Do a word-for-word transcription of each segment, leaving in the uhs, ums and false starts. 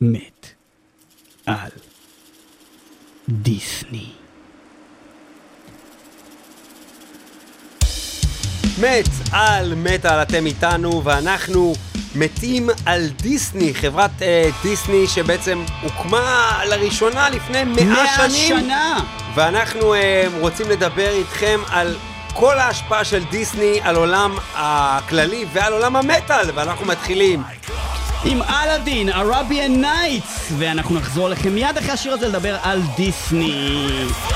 מת על דיסני. מת על מטל, אתם איתנו, ואנחנו מתים על דיסני, חברת אה, דיסני שבעצם הוקמה לראשונה לפני מאה שנים. שנה! ואנחנו אה, רוצים לדבר איתכם על כל ההשפעה של דיסני על עולם הכללי ועל עולם המטל, ואנחנו מתחילים עם אלאדין, Arabian Nights, ואנחנו נחזור לכם מיד אחרי השיר הזה לדבר על דיסני.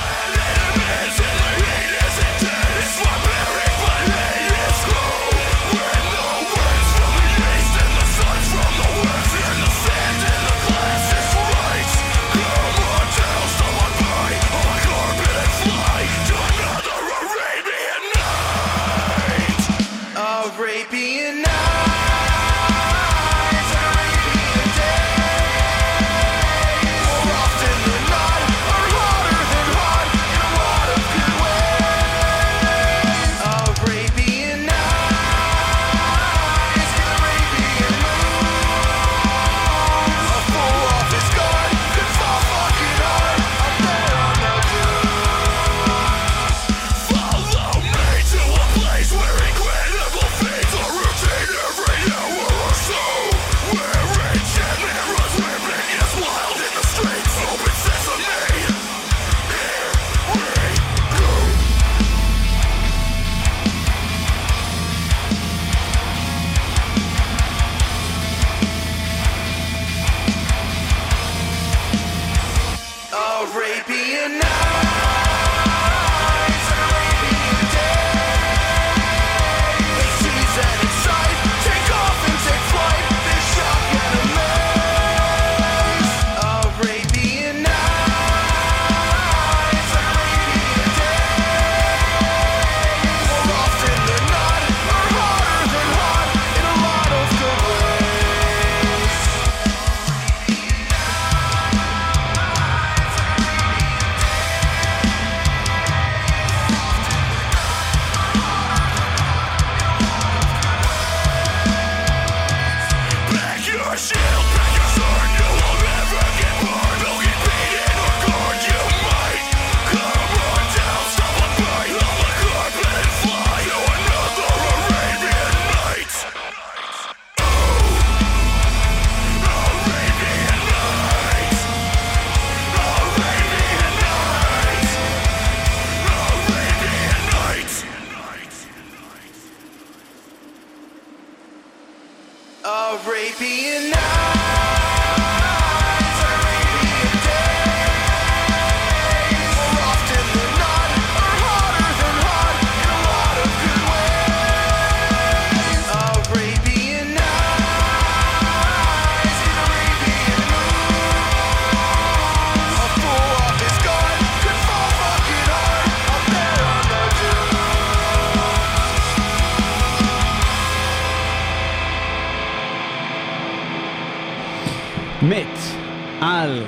מת על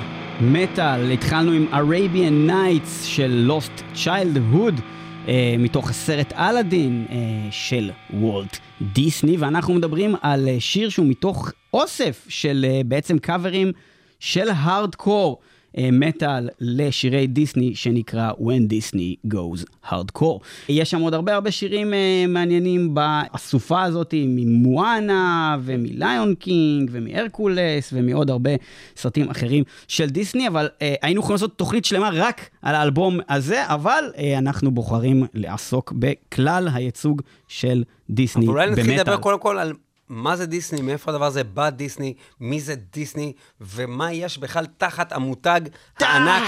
מטל, התחלנו עם Arabian Nights של Lost Childhood, אה, מתוך הסרט אלאדין אה, של וולט דיסני, ואנחנו מדברים על אה, שיר שהוא מתוך אוסף של אה, בעצם קאברים של הארדקור אה, מטל לשירי דיסני שנקרא When Disney Goes Hardcore. יש שם עוד הרבה הרבה שירים אה, מעניינים באסופה הזאת, ממואנה ומליון קינג ומהרקולס ומעוד הרבה סרטים אחרים של דיסני, אבל אה, היינו יכולים לעשות תוכנית שלמה רק על האלבום הזה, אבל אה, אנחנו בוחרים לעסוק בכלל הייצוג של דיסני במטל. אולי נתחיל לדבר קודם כל על מה זה דיסני, מאיפה הדבר הזה בא דיסני, מי זה דיסני, ומה יש בכלל תחת המותג הענק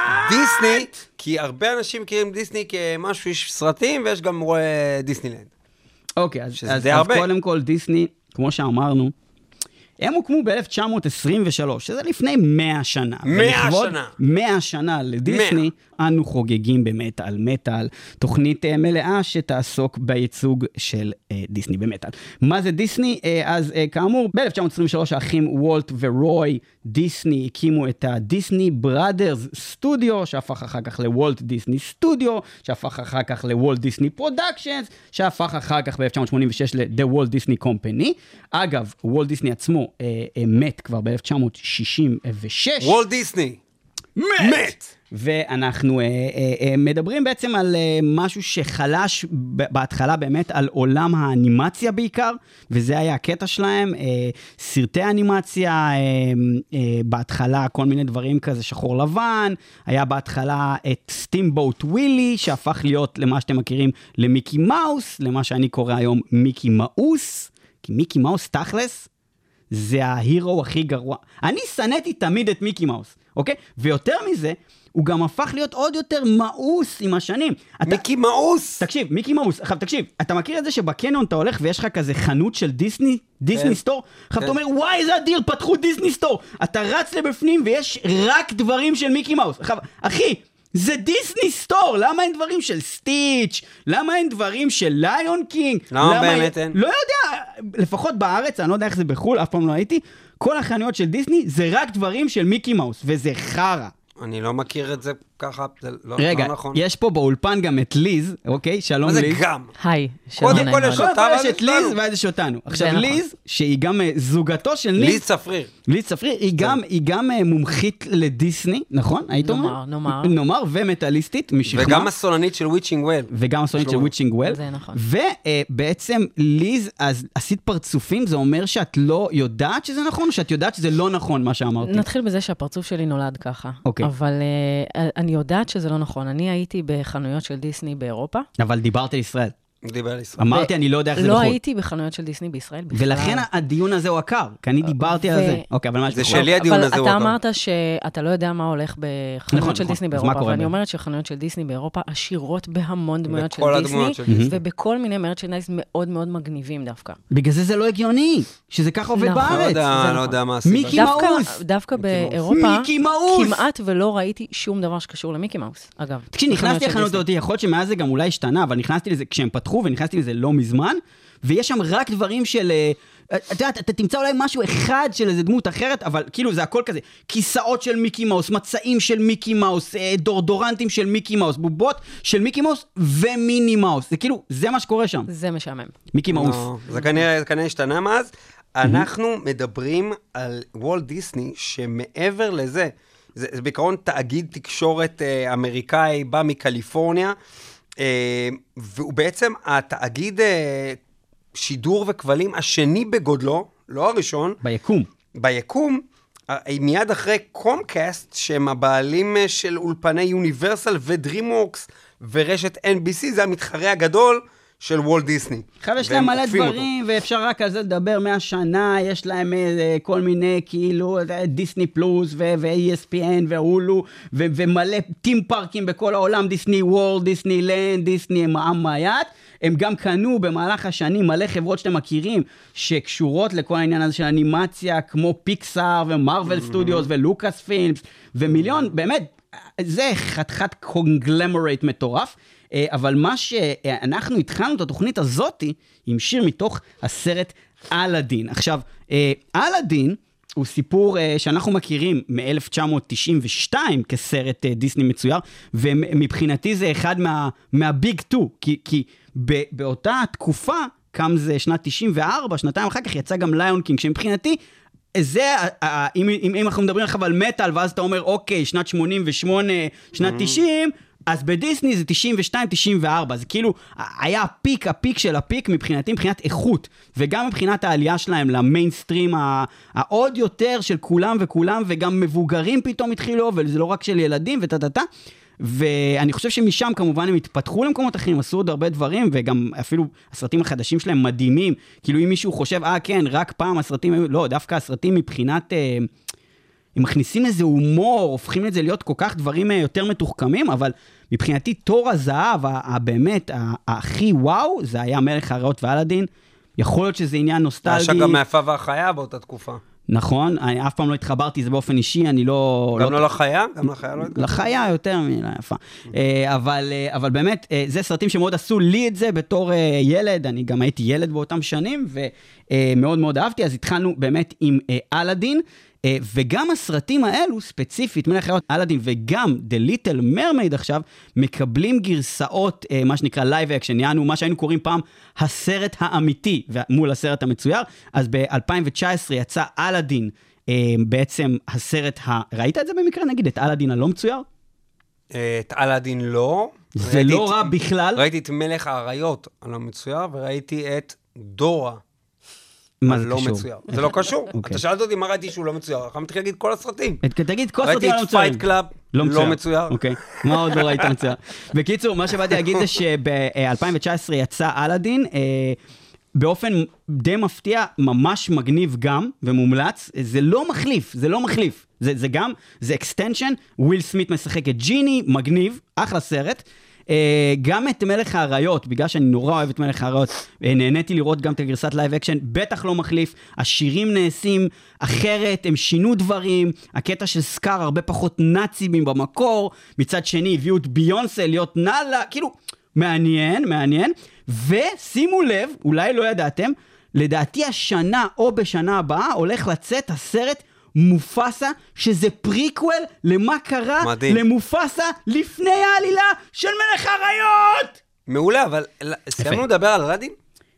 דיסני, כי הרבה אנשים מכירים דיסני כמשהו, יש סרטים ויש גם דיסנילנד. אוקיי, אז, אז, אז קודם כל דיסני, כמו שאמרנו, הם הוקמו ב-אלף תשע מאות עשרים ושלוש, שזה לפני מאה שנה. מאה שנה. מאה שנה לדיסני, אנו חוגגים במטל, מטל, תוכנית מלאה שתעסוק בייצוג של דיסני במטל. מה זה דיסני? אז כאמור, ב-אלף תשע מאות עשרים ושלוש האחים וולט ורוי דיסני הקימו את הדיסני בראדרס סטודיו, שהפך אחר כך לוולט דיסני סטודיו, שהפך אחר כך לוולט דיסני פרודקשנס, שהפך אחר כך ב-אלף תשע מאות שמונים ושש ל-The Walt Disney Company. אגב, וולט דיסני עצמו אה, אה, מת כבר ב-אלף תשע מאות שישים ושש. וולט דיסני מת! מת! ואנחנו אה, אה, אה, מדברים בעצם על אה, משהו שחלש בהתחלה באמת על עולם האנימציה בעיקר, וזה היה הקטע שלהם, אה, סרטי אנימציה, אה, אה, בהתחלה כל מיני דברים כזה שחור לבן, היה בהתחלה את סטימבוט ווילי, שהפך להיות למה שאתם מכירים למיקי מאוס, למה שאני קורא היום מיקי מאוס, כי מיקי מאוס תכלס, זה ההירו הכי גרוע. אני סנתי תמיד את מיקי מאוס, אוקיי? ויותר מזה, הוא גם הפך להיות עוד יותר מאוס עם השנים. מיקי אתה... מאוס! תקשיב, מיקי מאוס. עכשיו, תקשיב, אתה מכיר את זה שבקניון אתה הולך ויש לך כזה חנות של דיסני, דיסני כן. סטור? עכשיו, כן. אתה אומר, וואי, איזה אדיר, פתחו דיסני סטור. אתה רץ לבפנים ויש רק דברים של מיקי מאוס. עכשיו, אחי, זה דיסני סטור, למה אין דברים של סטיץ'? למה אין דברים של ליון קינג? למה, למה באמת אין? לא יודע, לפחות בארץ, אני לא יודע איך זה בחול, אף פעם לא הייתי, כל החנויות של דיסני זה רק דברים של מיקי מאוס, וזה חרה. אני לא מכיר את זה ככה, זה לא, רגע, לא נכון. יש פה באולפן גם את ליז, אוקיי? שלום ליז. מה זה גם? היי, שלום. קודם כל יש אותה, יש את ליז ואז יש אותנו. עכשיו ליז, שהיא גם זוגתו של ניב. ליז צפריר. ליז צפריר, היא גם, היא גם מומחית לדיסני, נכון? היית אומר? נאמר, נאמר. נאמר, ומטליסטית, משכמה. וגם הסולנית של וויצ'ינג וויל. וגם הסולנית של וויצ'ינג וויל. זה נכון. ובעצם ליז, אז עשית פרצופים, זה אומר שאת לא יודעת שזה נכון, או שאת יודעת שזה לא נכון מה שאמרתי? נתחיל בזה שהפרצוף שלי נולד ככה. אוקיי. אבל אני יודעת שזה לא נכון. אני הייתי בחנויות של דיסני באירופה. אבל דיברת על ישראל. דיבר על ישראל. אמרתי, אני לא יודע איך זה לא בחו"ל. הייתי בחנויות של דיסני בישראל בכלל. ולכן הדיון הזה הוא עקר, כי אני דיברתי על זה. אוקיי, אבל מה זה שלי הדיון הזה הוא אבל עקר. אתה אמרת שאתה לא יודע מה הולך בחנויות של דיסני באירופה, ואני אומרת שחנויות של דיסני באירופה עשירות בהמון דמויות של דיסני, ובכל מיני מרצ'נדייז מאוד מאוד מגניבים דווקא. בגלל זה זה לא הגיוני, שזה ככה עובד בארץ. לא יודע מה הסיבה. מיקי מאוס. דווקא באירופה, מיקי מאוס. כמעט ולא ראיתי שום דבר שקשור למיקי מאוס, אגב. כשנכנסתי לחנות אותי, יכול להיות שמאז זה גם אולי השתנה, אבל נכנסתי לזה, כשהם פתחו ונכנסתי לזה לא מזמן, ויש שם רק דברים של, אתה יודע, אתה תמצא אולי משהו אחד של איזה דמות אחרת, אבל כאילו זה הכל כזה, כיסאות של מיקי מאוס, מצעים של מיקי מאוס, דורדורנטים של מיקי מאוס, בובות של מיקי מאוס ומיני מאוס, זה כאילו, זה מה שקורה שם. זה משעמם. מיקי מאוס. זה כנראה השתנה מאז. אנחנו מדברים על וולט דיסני, שמעבר לזה, זה בעיקרון תאגיד תקשורת אמריקאי, בא מקליפורניה, והוא בעצם התאגיד שידור וכבלים השני בגודלו, לא הראשון. ביקום. ביקום, מיד אחרי קומקאסט, שהם הבעלים של אולפני יוניברסל ודרימוורקס ורשת אן בי סי, זה המתחרה הגדול של וולט דיסני. עכשיו יש להם מלא דברים, אותו. ואפשר רק על זה לדבר מהשנה, יש להם אה, כל מיני כאילו דיסני פלוס ו-אי אס פי אן והולו, ו- ומלא טים פארקים בכל העולם, דיסני וורלד, דיסני לנד, דיסני מעם מעיית. הם גם קנו במהלך השנים מלא חברות שאתם מכירים, שקשורות לכל העניין הזה של אנימציה, כמו פיקסאר ומרוול סטודיוס ולוקאס פילמס, ומיליון, באמת, זה חתיכת קונגלמורייט מטורף. אבל מה שאנחנו התחלנו את התוכנית הזאת עם שיר מתוך הסרט אלאדין. עכשיו, אלאדין הוא סיפור שאנחנו מכירים מ-אלף תשע מאות תשעים ושתיים כסרט דיסני מצויר, ומבחינתי זה אחד מה, מהביג טו, כי, כי באותה תקופה, קם זה שנת תשעים וארבע, שנתיים אחר כך יצא גם ליון קינג, שמבחינתי זה, אם, אם, אם אנחנו מדברים עכשיו על מטל, ואז אתה אומר, אוקיי, שנת שמונים ושמונה, שנת תשעים, אז בדיסני זה תשעים ושתיים תשעים וארבע, זה כאילו היה הפיק, הפיק של הפיק מבחינתי, מבחינת איכות, וגם מבחינת העלייה שלהם למיינסטרים העוד יותר של כולם וכולם, וגם מבוגרים פתאום התחילו, וזה לא רק של ילדים וטטטה, ואני חושב שמשם כמובן הם התפתחו למקומות אחרים, עשו עוד הרבה דברים, וגם אפילו הסרטים החדשים שלהם מדהימים, כאילו אם מישהו חושב, אה כן, רק פעם הסרטים, לא, דווקא הסרטים מבחינת... הם מכניסים איזה הומור, הופכים את זה להיות כל כך דברים יותר מתוחכמים, אבל מבחינתי תור הזהב, הבאמת, הכי וואו, זה היה מלך האריות ואלאדין. יכול להיות שזה עניין נוסטלגי. היה גם מהיפה והחיה באותה תקופה. נכון, אני אף פעם לא התחברתי, זה באופן אישי, אני לא... גם לא לחיה? גם לחיה לא התחברתי? לחיה יותר מילה יפה. אבל, אבל באמת, זה סרטים שמאוד עשו לי את זה בתור ילד, אני גם הייתי ילד באותם שנים, ומאוד מאוד אהבתי, אז התחלנו באמת עם אלאדין, וגם הסרטים האלו, ספציפית, מלך החיות אלאדין וגם The Little Mermaid עכשיו, מקבלים גרסאות, מה שנקרא Live Action, יענו מה שהיינו קוראים פעם הסרט האמיתי מול הסרט המצויר, אז ב-אלפיים תשע עשרה יצא אלאדין, בעצם הסרט, ה... ראית את זה במקרה נגיד, את אלאדין הלא מצויר? את אלאדין לא. זה לא רע בכלל. ראיתי את מלך האריות הלא מצויר, וראיתי את דורה. מה זה לא קשור? מצויר. זה לא קשור. אתה שאלת אותי מה ראיתי שהוא לא מצויר. אני מתחיל להגיד כל הסרטים. תגיד כל הסרטים הלא מצוירים. ראיתי את פייט קלאב, לא מצויר. אוקיי. מה עוד לא ראית מצויר? בקיצור, מה שבאתי להגיד זה שב-אלפיים תשע עשרה יצא אלאדין, באופן די מפתיע, ממש מגניב גם, ומומלץ. זה לא מחליף, זה לא מחליף. זה גם, זה אקסטנשן. וויל סמית משחק את ג'יני, מגניב, אחלה סרט. Uh, גם את מלך האריות, בגלל שאני נורא אוהב את מלך האריות, uh, נהניתי לראות גם את הגרסת לייב אקשן, בטח לא מחליף, השירים נעשים אחרת, הם שינו דברים, הקטע של סקאר הרבה פחות נאצים במקור, מצד שני הביאו את ביונסה להיות נאללה, כאילו, מעניין, מעניין, ושימו לב, אולי לא ידעתם, לדעתי השנה או בשנה הבאה הולך לצאת הסרט מופסה, שזה פריקוול למה קרה מדהים. למופסה לפני העלילה של מלך האריות. מעולה, אבל סיימנו לדבר על אלאדין?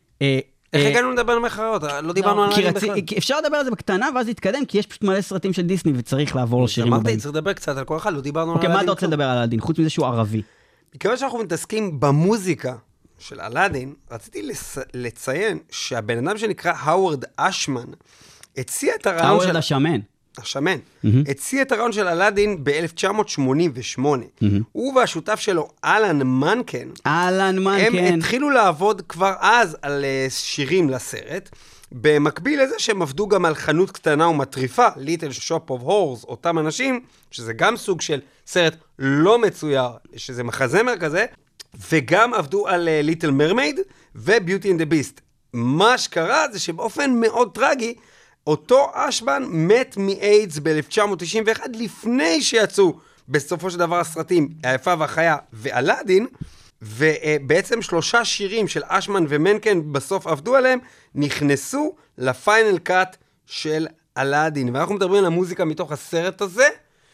איך הגענו לדבר על מלך האריות? לא דיברנו על אלאדין בכלל. אפשר לדבר על זה בקטנה ואז להתקדם, כי יש פשוט מלא סרטים של דיסני וצריך לעבור לשירים הבאים. אמרתי, צריך לדבר קצת על כל אחד, לא דיברנו על אלאדין. מה אתה רוצה לדבר על אלאדין? חוץ מזה שהוא ערבי. מכיוון שאנחנו מתעסקים במוזיקה של אלאדין, רציתי לציין שהבן אדם שנקרא האוורד אשמן, הציע את הרעיון של... האוורד השמן. השמן. הציע את הרעיון של אלאדין ב-אלף תשע מאות שמונים ושמונה. הוא והשותף שלו, אלן מנקן, אלן מנקן. הם התחילו לעבוד כבר אז על שירים לסרט, במקביל לזה שהם עבדו גם על חנות קטנה ומטריפה, Little Shop of Horrors, אותם אנשים, שזה גם סוג של סרט לא מצויר, שזה מחזמר כזה, וגם עבדו על Little Mermaid ו-Beauty and the Beast. מה שקרה זה שבאופן מאוד טרגי, אותו אשמן מת מאיידס ב-אלף תשע מאות תשעים ואחת, לפני שיצאו בסופו של דבר הסרטים, היפה והחיה ואלאדין, ובעצם שלושה שירים של אשמן ומנקן בסוף עבדו עליהם, נכנסו לפיינל קאט של אלאדין. ואנחנו מדברים על המוזיקה מתוך הסרט הזה.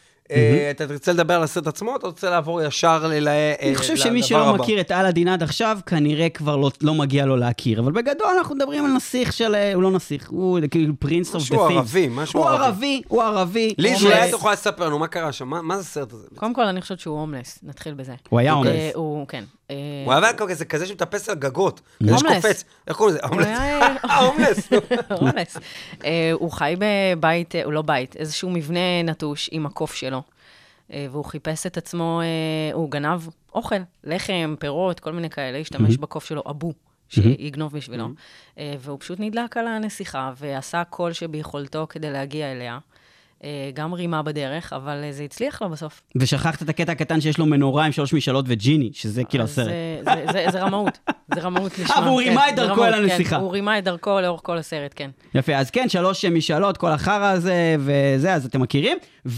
אתה תרצה לדבר על הסרט עצמו, אתה רוצה לעבור ישר לדבר הבא? אני חושב שמי שלא מכיר את אלאדין עד עכשיו, כנראה כבר לא מגיע לו להכיר. אבל בגדול אנחנו מדברים על נסיך של... הוא לא נסיך, הוא כאילו פרינס אוף דה משהו ערבי, משהו ערבי. הוא ערבי, הוא ערבי. לי, אולי אתה יכול לספר לנו, מה קרה שם? מה זה הסרט הזה? קודם כל, אני חושבת שהוא הומלס, נתחיל בזה. הוא היה הומלס. הוא, כן. הוא היה כזה, כזה שמטפס על גגות. כזה שקופץ. איך קוראים לזה? הומלס. הומלס. הומלס. הוא חי בבית, הוא לא בית, איזשהו מבנה נטוש עם הקוף שלו. והוא חיפש את עצמו, הוא גנב אוכל, לחם, פירות, כל מיני כאלה, השתמש בקוף שלו אבו, שיגנוב בשבילו. והוא פשוט נדלק על הנסיכה, ועשה כל שביכולתו כדי להגיע אליה. גם רימה בדרך, אבל זה הצליח לו בסוף. ושכחת את הקטע הקטן שיש לו מנורה עם שלוש משאלות וג'יני, שזה כאילו הסרט. זה רמאות, זה רמאות לשמה. אבל הוא רימה את דרכו אל הנסיכה. הוא רימה את דרכו לאורך כל הסרט, כן. יפה, אז כן, שלוש משאלות, כל החרא הזה וזה, אז אתם מכירים.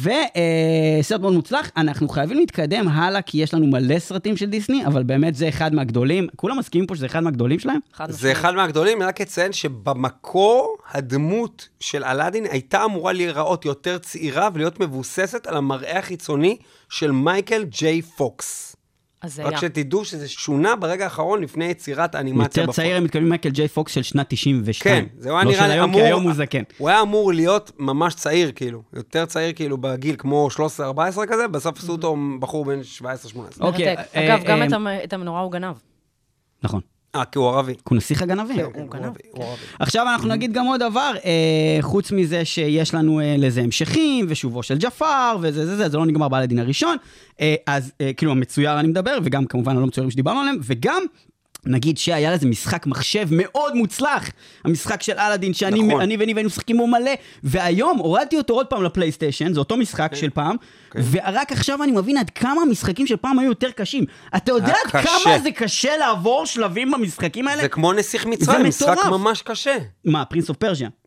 וסרט מאוד מוצלח, אנחנו חייבים להתקדם הלאה, כי יש לנו מלא סרטים של דיסני, אבל באמת זה אחד מהגדולים. כולם מסכימים פה שזה אחד מהגדולים שלהם? זה אחד מהגדולים, אני רק אציין שבמקור הדמות של אלאדין הייתה אמורה להיראות יותר צעירה ולהיות מבוססת על המראה החיצוני של מייקל ג'יי פוקס. רק שתדעו שזה שונה ברגע האחרון לפני יצירת האנימציה. יותר צעיר הם מתכוונים מייקל ג'יי פוקס של שנת תשעים ושתיים. כן, זה היה נראה לי אמור, כי היום הוא זקן. הוא היה אמור להיות ממש צעיר כאילו, יותר צעיר כאילו בגיל כמו שלוש עשרה ארבע עשרה כזה, בסוף עשו אותו בחור בן שבע עשרה שמונה עשרה. אגב, גם את המנורה הוא גנב. נכון. אה, כי הוא ערבי. הוא נסיך הגנבים. הוא גנב. עכשיו אנחנו נגיד גם עוד דבר, חוץ מזה שיש לנו לזה המשכים, ושובו של ג'פר, וזה זה זה, זה לא נגמר באלאדין הראשון, אז כאילו המצויר אני מדבר, וגם כמובן הלא מצוירים שדיברנו עליהם, וגם נגיד שהיה לזה משחק מחשב מאוד מוצלח, המשחק של אלאדין, שאני נכון. אני ואני והיינו משחקים בו מלא, והיום הורדתי אותו עוד פעם לפלייסטיישן, זה אותו משחק okay. של פעם, okay. ורק עכשיו אני מבין עד כמה המשחקים של פעם היו יותר קשים. אתה יודע עד כמה זה קשה לעבור שלבים במשחקים האלה? זה כמו נסיך מצרים, משחק ממש קשה. מה, פרינס אוף פרז'יה?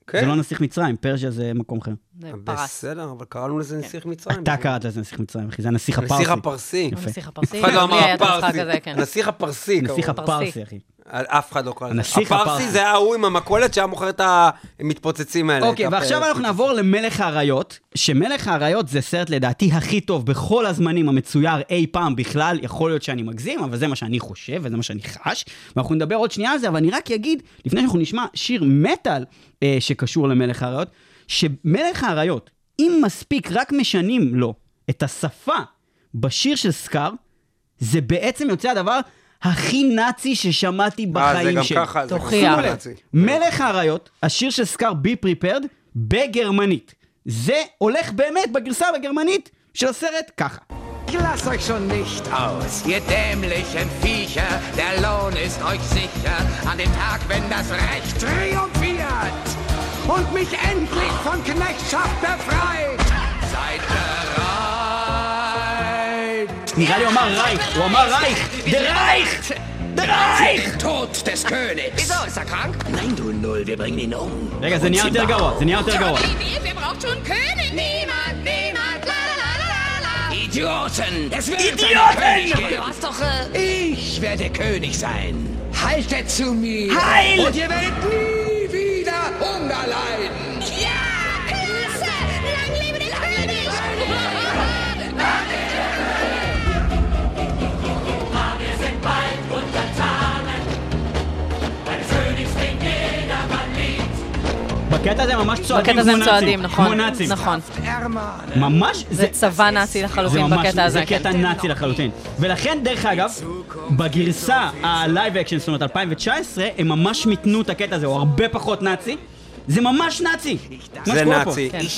זה לא נסיך מצרים, פרז'ה זה מקום אחר. זה פרס. בסדר, אבל קראנו לזה נסיך מצרים. אתה קראת לזה נסיך מצרים, אחי, זה הנסיך הפרסי. נסיך הפרסי. נסיך הפרסי. אף אחד לא אמר לי היה את המשחק הפרסי. הזה, כן. נסיך הפרסי. נסיך קראו. הפרסי, אחי. אף אחד לא קרא לזה. הנסיך הפרסי הפרסי. זה ההוא עם המקולת שהיה מוכר את המתפוצצים האלה. אוקיי, את ועכשיו הפ- אנחנו נעבור למלך האריות, שמלך האריות זה סרט לדעתי הכי טוב בכל הזמנים המצויר אי פעם בכלל, יכול להיות שאני מגזים, אבל זה מה שאני חושב וזה מה שאני חש, ואנחנו נדבר עוד שנייה על זה, אבל אני רק אגיד, לפני שאנחנו נשמע שיר מטל אה, שקשור למלך האריות, שמלך האריות, אם מספיק רק משנים לו את השפה בשיר של סקאר, זה בעצם יוצא הדבר הכי נאצי ששמעתי בחיים שלי. אה, זה גם ככה, זה תוכיח. גם נאצי. מלך האריות, השיר של סקאר Be Prepared, בגרמנית. זה הולך באמת בגרסה בגרמנית של הסרט ככה. Lasst euch schon nicht aus, ihr dämlichen Viecher, der Lohn ist euch sicher an dem Tag, wenn das Recht triumphiert und mich endlich von Knechtschaft befreit. Seid bereit. נראה לי הוא אמר רייך, הוא אמר רייך, דר רייך, דר רייך! Tod des Königs. Wieso, ist er krank? Nein, du Null, wir bringen ihn um. רגע, זה נהיה יותר גרוע, זה נהיה יותר גרוע. Wer braucht schon König? Niemand, niemand, la la la la la. Idioten! Es wird Idioten! einen König geben. Du hast doch... Äh, Ich werde König sein. Haltet zu mir. Heil! Und ihr werdet nie wieder Hunger leiden. ja, klasse! Lang lebe der König! בקטע הזה ממש צועדים בקטע הזה כמו הם צועדים, נאצים. נכון. כמו נאצים. נכון. Ermahnen. ממש, זה צבא נאצי זה לחלוטין ממש, בקטע הזה. זה כן. קטע נאצי לחלוטין. ולכן, דרך אגב, בגרסה הלייב אקשן, זאת אומרת אלפיים תשע עשרה, הם ממש מיתנו את הקטע הזה, הוא הרבה פחות נאצי. זה ממש נאצי. מה זה שקורה פה. נאצי. כן.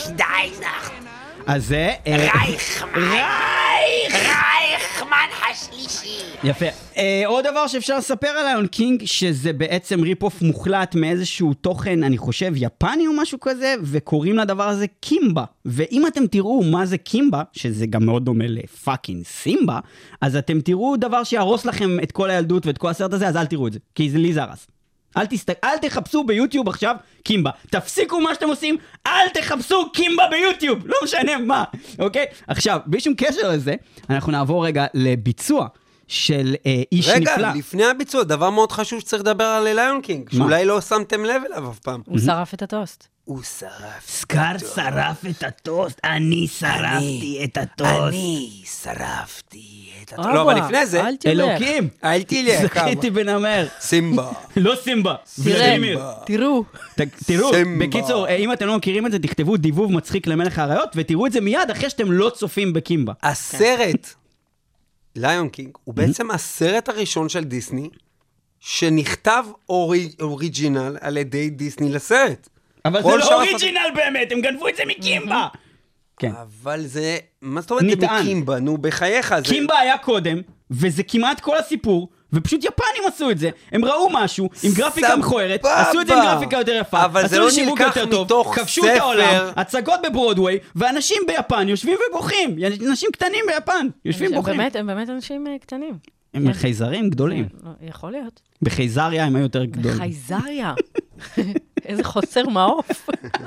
אז זה... רייך! רייך! רייכמן השלישי. יפה. אה, עוד דבר שאפשר לספר על ליון קינג, שזה בעצם ריפ-אוף מוחלט מאיזשהו תוכן, אני חושב, יפני או משהו כזה, וקוראים לדבר הזה קימבה. ואם אתם תראו מה זה קימבה, שזה גם מאוד דומה לפאקינג סימבה, אז אתם תראו דבר שיהרוס לכם את כל הילדות ואת כל הסרט הזה, אז אל תראו את זה, כי זה לי זה הרס. אל, תסת... אל תחפשו ביוטיוב עכשיו קימבה. תפסיקו מה שאתם עושים, אל תחפשו קימבה ביוטיוב. לא משנה מה, אוקיי? עכשיו, בלי שום קשר לזה, אנחנו נעבור רגע לביצוע של אה, איש רגע, נפלא. לפני הביצוע, דבר מאוד חשוב שצריך לדבר על ליון קינג, שאולי לא שמתם לב אליו אף פעם. הוא שרף את הטוסט. הוא שרף. סקאר שרף את הטוסט, אני שרפתי את הטוסט. אני שרפתי את הטוסט. לא, אבל לפני זה, אל תלך. אלוקים, אל תלך, כמה. זכיתי בנמר. סימבה. לא סימבה, ולדימיר. תראו. ת- תראו, סימבה. בקיצור, אה, אם אתם לא מכירים את זה, תכתבו דיבוב מצחיק למלך האריות, ותראו את זה מיד אחרי שאתם לא צופים בקימבה. הסרט, ליון קינג, הוא בעצם הסרט הראשון של דיסני, שנכתב אורי- אוריג'ינל על ידי דיסני לסרט. אבל כל זה שאר לא הפ- אוריג'ינל באמת, הם גנבו את זה מקימבה. כן. אבל זה, מה זאת אומרת נטען. מקימבה? נו, בחייך. זה- קימבה היה קודם, וזה כמעט כל הסיפור, ופשוט יפנים עשו את זה. הם ראו משהו עם גרפיקה סבבה. מכוערת, עשו את זה עם גרפיקה יותר יפה, אבל זה עשו לא שיווק נלקח יותר טוב, מתוך כבשו את ספר. העולם, הצגות בברודוויי, ואנשים ביפן יושבים ובוכים. אנשים קטנים ביפן, יושבים הם ובוכים. באמת- הם באמת אנשים אה, קטנים. הם חייזרים גדולים. לא, יכול להיות. בחייזריה הם היו יותר גדולים. חייזריה. איזה חוסר מעוף.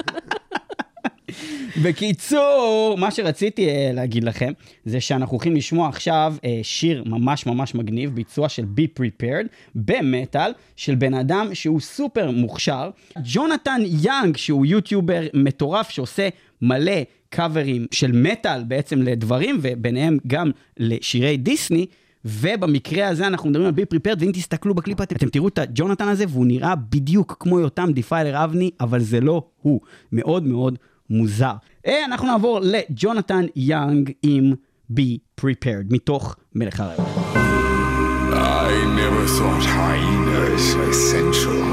בקיצור, מה שרציתי uh, להגיד לכם, זה שאנחנו הולכים לשמוע עכשיו uh, שיר ממש ממש מגניב, ביצוע של Be Prepared, במטל, של בן אדם שהוא סופר מוכשר, ג'ונתן יאנג, שהוא יוטיובר מטורף, שעושה מלא קאברים של מטל בעצם לדברים, וביניהם גם לשירי דיסני, ובמקרה הזה אנחנו מדברים על Be Prepared, ואם תסתכלו בקליפ אתם, אתם תראו את הג'ונתן הזה, והוא נראה בדיוק כמו יותם דיפיילר אבני, אבל זה לא הוא. מאוד מאוד מוזר. אה, אנחנו נעבור לג'ונתן יאנג עם Be Prepared, מתוך מלך האריות. I never thought hyenas essential.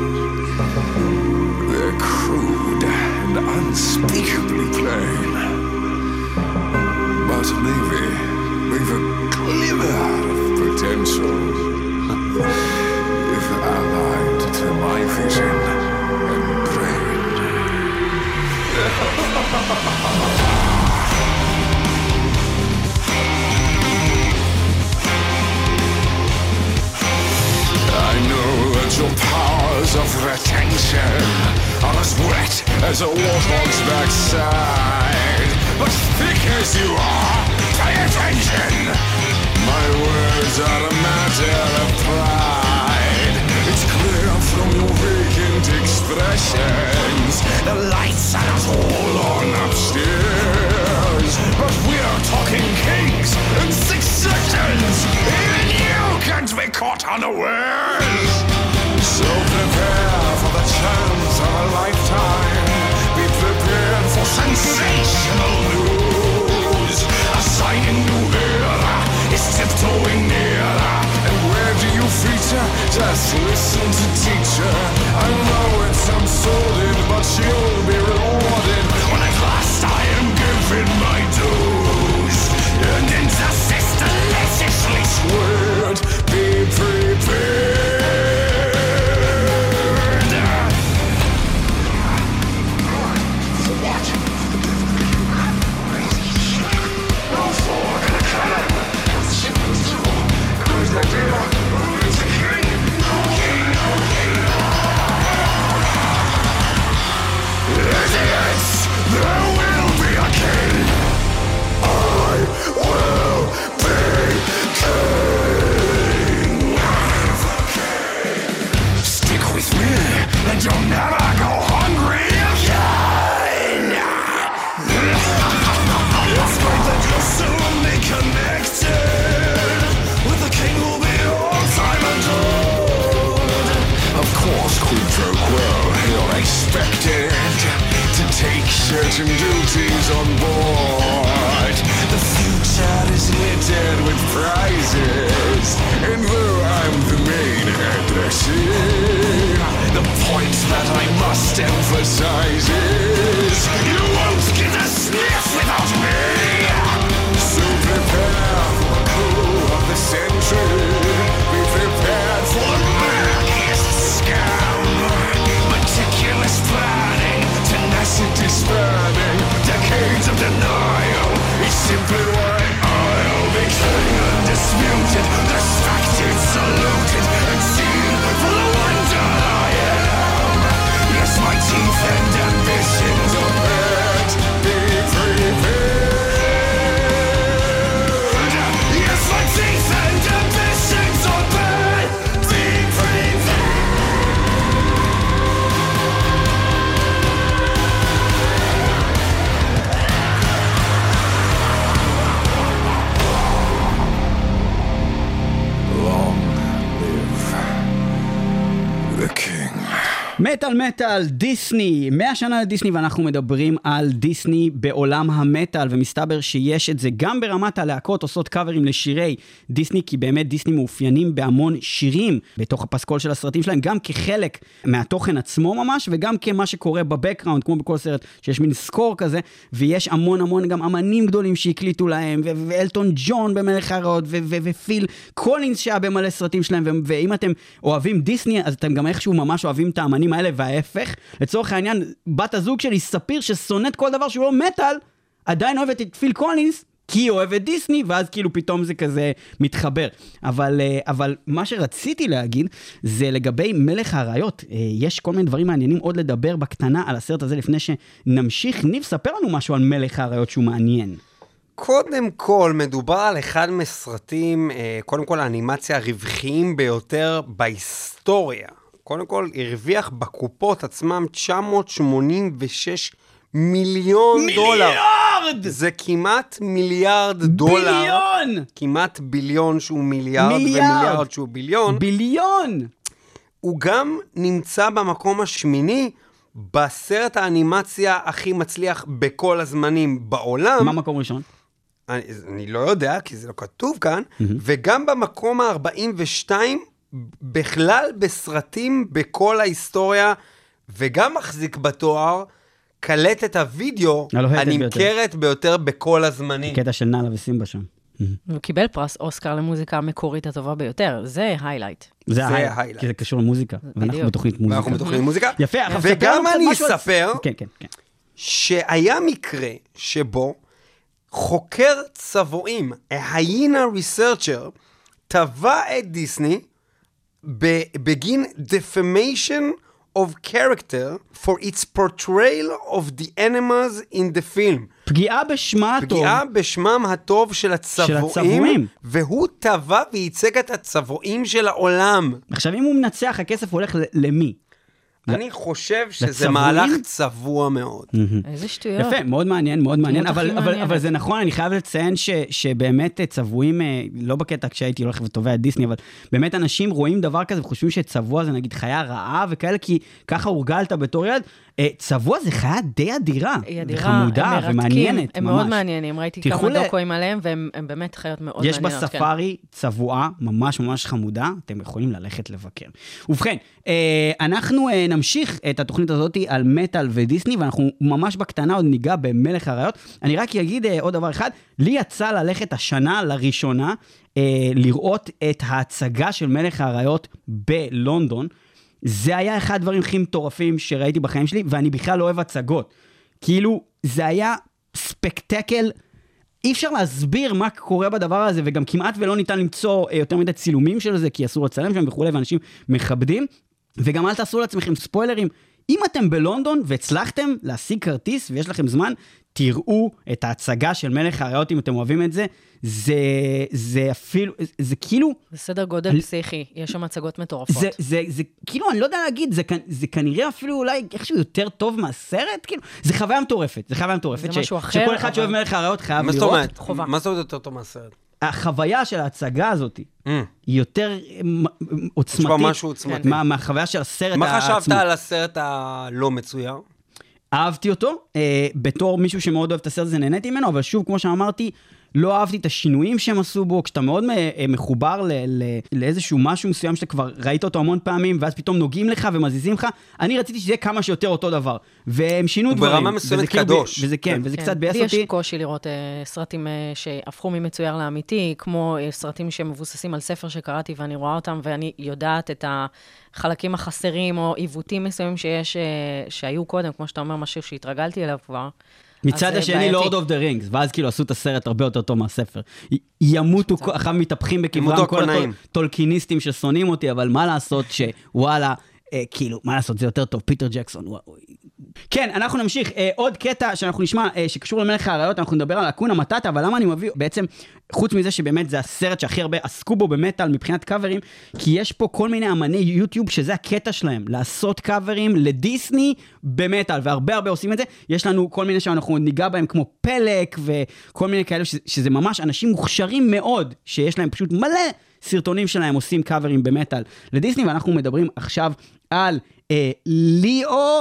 They're crude and unspeakably plain. But maybe they've a glimmer of potential. If allied to my vision and brain. I know that your powers of retention are as wet as a warthog's backside. But thick as you are, pay attention. My words are a matter of pride. It's clear from your vacant expressions. The lights are not all on upstairs, but we're talking kings and successions. Even you can't be caught unawares. So prepare for the chance of a lifetime. Be prepared for sensational news. A shining new era is tiptoeing nearer. And where do you feature? Just listen to teacher. I know it sounds sordid, but you'll be rewarded when at last I am given my dues. And intersistoliciously sweared, be prepared. And you'll never go hungry again. It's great that you'll soon be connected with the king who'll be all time adored. Of course, quid pro quo, you're expected to take certain duties on board. The future is littered with prizes, and though I'm the main hairdresser, the point that I must emphasize is you won't get a sniff without me. So prepare for the coup of the century. Be prepared for the murkiest scam. Meticulous planning, tenacity spanning, decades of denial. It's simply why I'll be king undisputed, respected, saluted, and seen for the wonder I am. Yes, my teeth and ambitions are met. Be prepared. Yes, my teeth and ambitions are met. Be prepared. Long live the king. מטל מטל, דיסני, מאה שנה לדיסני, ואנחנו מדברים על דיסני בעולם המטל, ומסתבר שיש את זה גם ברמת הלהקות, עושות קאברים לשירי דיסני, כי באמת דיסני מאופיינים בהמון שירים בתוך הפסקול של הסרטים שלהם, גם כחלק מהתוכן עצמו ממש, וגם כמה שקורה בבקראונד, כמו בכל סרט שיש מין סקור כזה, ויש המון המון גם אמנים גדולים שהקליטו להם, ו- ואלטון ג'ון במלך הרעות, ו- ו- ופיל קולינס שהיה במלא סרטים שלהם, ו- ואם אתם אוהבים דיסני, אז אתם גם איכשהו ממש אוהבים את האמנים האלה, וההפך, לצורך העניין, בת הזוג שלי, ספיר, ששונאת כל דבר שהוא לא מטל, עדיין אוהבת את פיל קולינס, כי היא אוהבת דיסני, ואז כאילו פתאום זה כזה מתחבר. אבל, אבל מה שרציתי להגיד, זה לגבי מלך האריות. יש כל מיני דברים מעניינים עוד לדבר בקטנה על הסרט הזה, לפני שנמשיך. ניב, ספר לנו משהו על מלך האריות שהוא מעניין. קודם כל, מדובר על אחד מסרטים, קודם כל האנימציה הרווחיים ביותר בהיסטוריה. קודם כל, הרוויח בקופות עצמם תשע מאות שמונים ושש מיליון דולר. מיליארד! זה כמעט מיליארד דולר. ביליון! כמעט ביליון שהוא מיליארד, מיליארד. ומיליארד שהוא ביליון. ביליון! הוא גם נמצא במקום השמיני בסרט האנימציה הכי מצליח בכל הזמנים בעולם. מה מקום ראשון? אני, אני לא יודע, כי זה לא כתוב כאן. Mm-hmm. וגם במקום ה-ארבעים ושתיים, בכלל בסרטים בכל ההיסטוריה, וגם מחזיק בתואר, קלטת הוידאו הנמכרת ביותר בכל הזמנים. קטע של נאלה וסימבה שם. הוא קיבל פרס אוסקר למוזיקה המקורית הטובה ביותר. זה היילייט. זה היילייט, כי זה קשור למוזיקה. ואנחנו בתוכנית מוזיקה. ואנחנו בתוכנית מוזיקה. יפה. וגם אני אספר, כן, כן, כן. שהיה מקרה שבו חוקר צבועים, היינה ריסרצ'ר, תבע את דיסני, בגין defamation of character for its portrayal of the animals in the film. פגיעה בשמה הטוב. פגיעה בשמם הטוב של הצבועים, של הצבועים. והוא טבע וייצג את הצבועים של העולם. עכשיו, אם הוא מנצח, הכסף הולך ל- למי? אני חושב שזה לצבועים? מהלך צבוע מאוד. איזה שטויות. יפה, מאוד מעניין, מאוד מעניין, דמות הכי אבל, אבל, מעניינת. אבל זה נכון, אני חייב לציין ש, שבאמת צבועים, אה, לא בקטע כשהייתי הולך ותובע את דיסני, אבל באמת אנשים רואים דבר כזה וחושבים שצבוע זה נגיד חיה רעה וכאלה, כי ככה הורגלת בתור ילד. אה, צבוע זה חיה די אדירה, היא אדירה, וחמודה הם מרתקים, ומעניינת הם ממש. מאוד מעניינים, ראיתי תלכו כמה ל- דוקואים עליהם, והם הם באמת חיות מאוד יש מעניינות. בספארי צבועה, ממש ממש חמודה, אתם יכולים ללכת לבקר. ובכן, אה, אנחנו אה, נמשיך את התוכנית הזאת על מטל ודיסני, ואנחנו ממש בקטנה עוד ניגע במלך הרעיות. אני רק אגיד אה, עוד דבר אחד, לי יצא ללכת השנה לראשונה, אה, לראות את ההצגה של מלך הרעיות בלונדון. זה היה אחד הדברים הכי מטורפים שראיתי בחיים שלי, ואני בכלל לא אוהב הצגות. כאילו, זה היה ספקטקל, אי אפשר להסביר מה קורה בדבר הזה, וגם כמעט ולא ניתן למצוא יותר מדי צילומים של זה, כי אסור לצלם שם וכו', ואנשים מכבדים, וגם אל תעשו לעצמכם ספוילרים. אם אתם בלונדון והצלחתם להשיג כרטיס ויש לכם זמן, תראו את ההצגה של מלך הרעיות אם אתם אוהבים את זה. זה, זה אפילו, זה כאילו... זה סדר גודל אני- פסיכי, יש שם הצגות מטורפות. זה, זה, זה, כאילו, אני לא יודע להגיד, זה, כ- זה כנראה אפילו אולי איכשהו יותר טוב מהסרט, כאילו, זה חוויה מטורפת, זה חוויה מטורפת. זה משהו אחר, שכל אחד אבל- שאוהב מלך הרעיות חייב מה זאת לראות. אומרת? חובה. מה זאת אומרת יותר טוב מהסרט? החוויה של ההצגה הזאת Mm. היא יותר אה, מ- עוצמתית. יש בה משהו עוצמתי. מה- מהחוויה של הסרט מה עצמו. חשבת על הסרט הלא מצויר? אהבתי אותו, אה, בתור מישהו שמאוד אוהב את הסרט הזה, נהניתי ממנו, אבל שוב, כמו שאמרתי, לא אהבתי את השינויים שהם עשו בו, כשאתה מאוד מ- מחובר ל- ל- לאיזשהו משהו מסוים שאתה כבר ראית אותו המון פעמים, ואז פתאום נוגעים לך ומזיזים לך, אני רציתי שזה יהיה כמה שיותר אותו דבר. והם שינו הוא דברים. ברמה וזה מסוימת כאילו ב- קדוש. וזה כן, וזה קצת ביאס לי יש אותי. קושי לראות אה, סרטים אה, שהפכו ממצויר לאמיתי, כמו אה, סרטים שמבוססים על ספר שקראתי ואני רואה אותם, ואני יודעת את החלקים החסרים או עיוותים מסוימים שיש, אה, שהיו קודם, כמו שאתה אומר, משהו שהתרגלתי אליו כבר. מצד אז זה השני, בעייתי. לורד אוף דה רינגס, ואז כאילו עשו את הסרט הרבה יותר טוב מהספר. י- ימותו, אחר מתהפכים בקברם ימותו כל הקונאים. הטולקיניסטים ששונאים אותי, אבל מה לעשות שוואלה, אה, כאילו, מה לעשות, זה יותר טוב, פיטר ג'קסון, וואו. כן, אנחנו נמשיך. אה, עוד קטע שאנחנו נשמע, אה, שקשור למלך האריות, אנחנו נדבר על אקונה מטאטה, אבל למה אני מביא, בעצם, חוץ מזה שבאמת זה הסרט שהכי הרבה עסקו בו במטל מבחינת קאברים, כי יש פה כל מיני אמני יוטיוב שזה הקטע שלהם, לעשות קאברים לדיסני במטל, והרבה הרבה עושים את זה. יש לנו כל מיני שאנחנו ניגע בהם כמו פלק, וכל מיני כאלה, שזה, שזה ממש אנשים מוכשרים מאוד, שיש להם פשוט מלא סרטונים שלהם עושים קאברים במטל לדיסני, ואנחנו מדברים עכשיו על אה, ליאו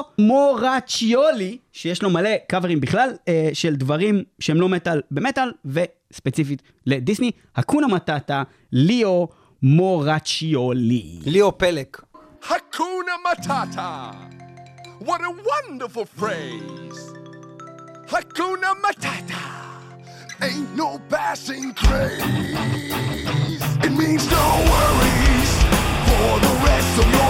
מורצ'יולי, שיש לו מלא קאברים בכלל, אה, של דברים שהם לא מטל במטל, וספציפית לדיסני, הקונה מטאטה, ליאו מורצ'יולי. ליאו פלק. Hakuna Matata. What a wonderful phrase. Hakuna Matata. Ain't no passing craze. It means no worries for the rest of your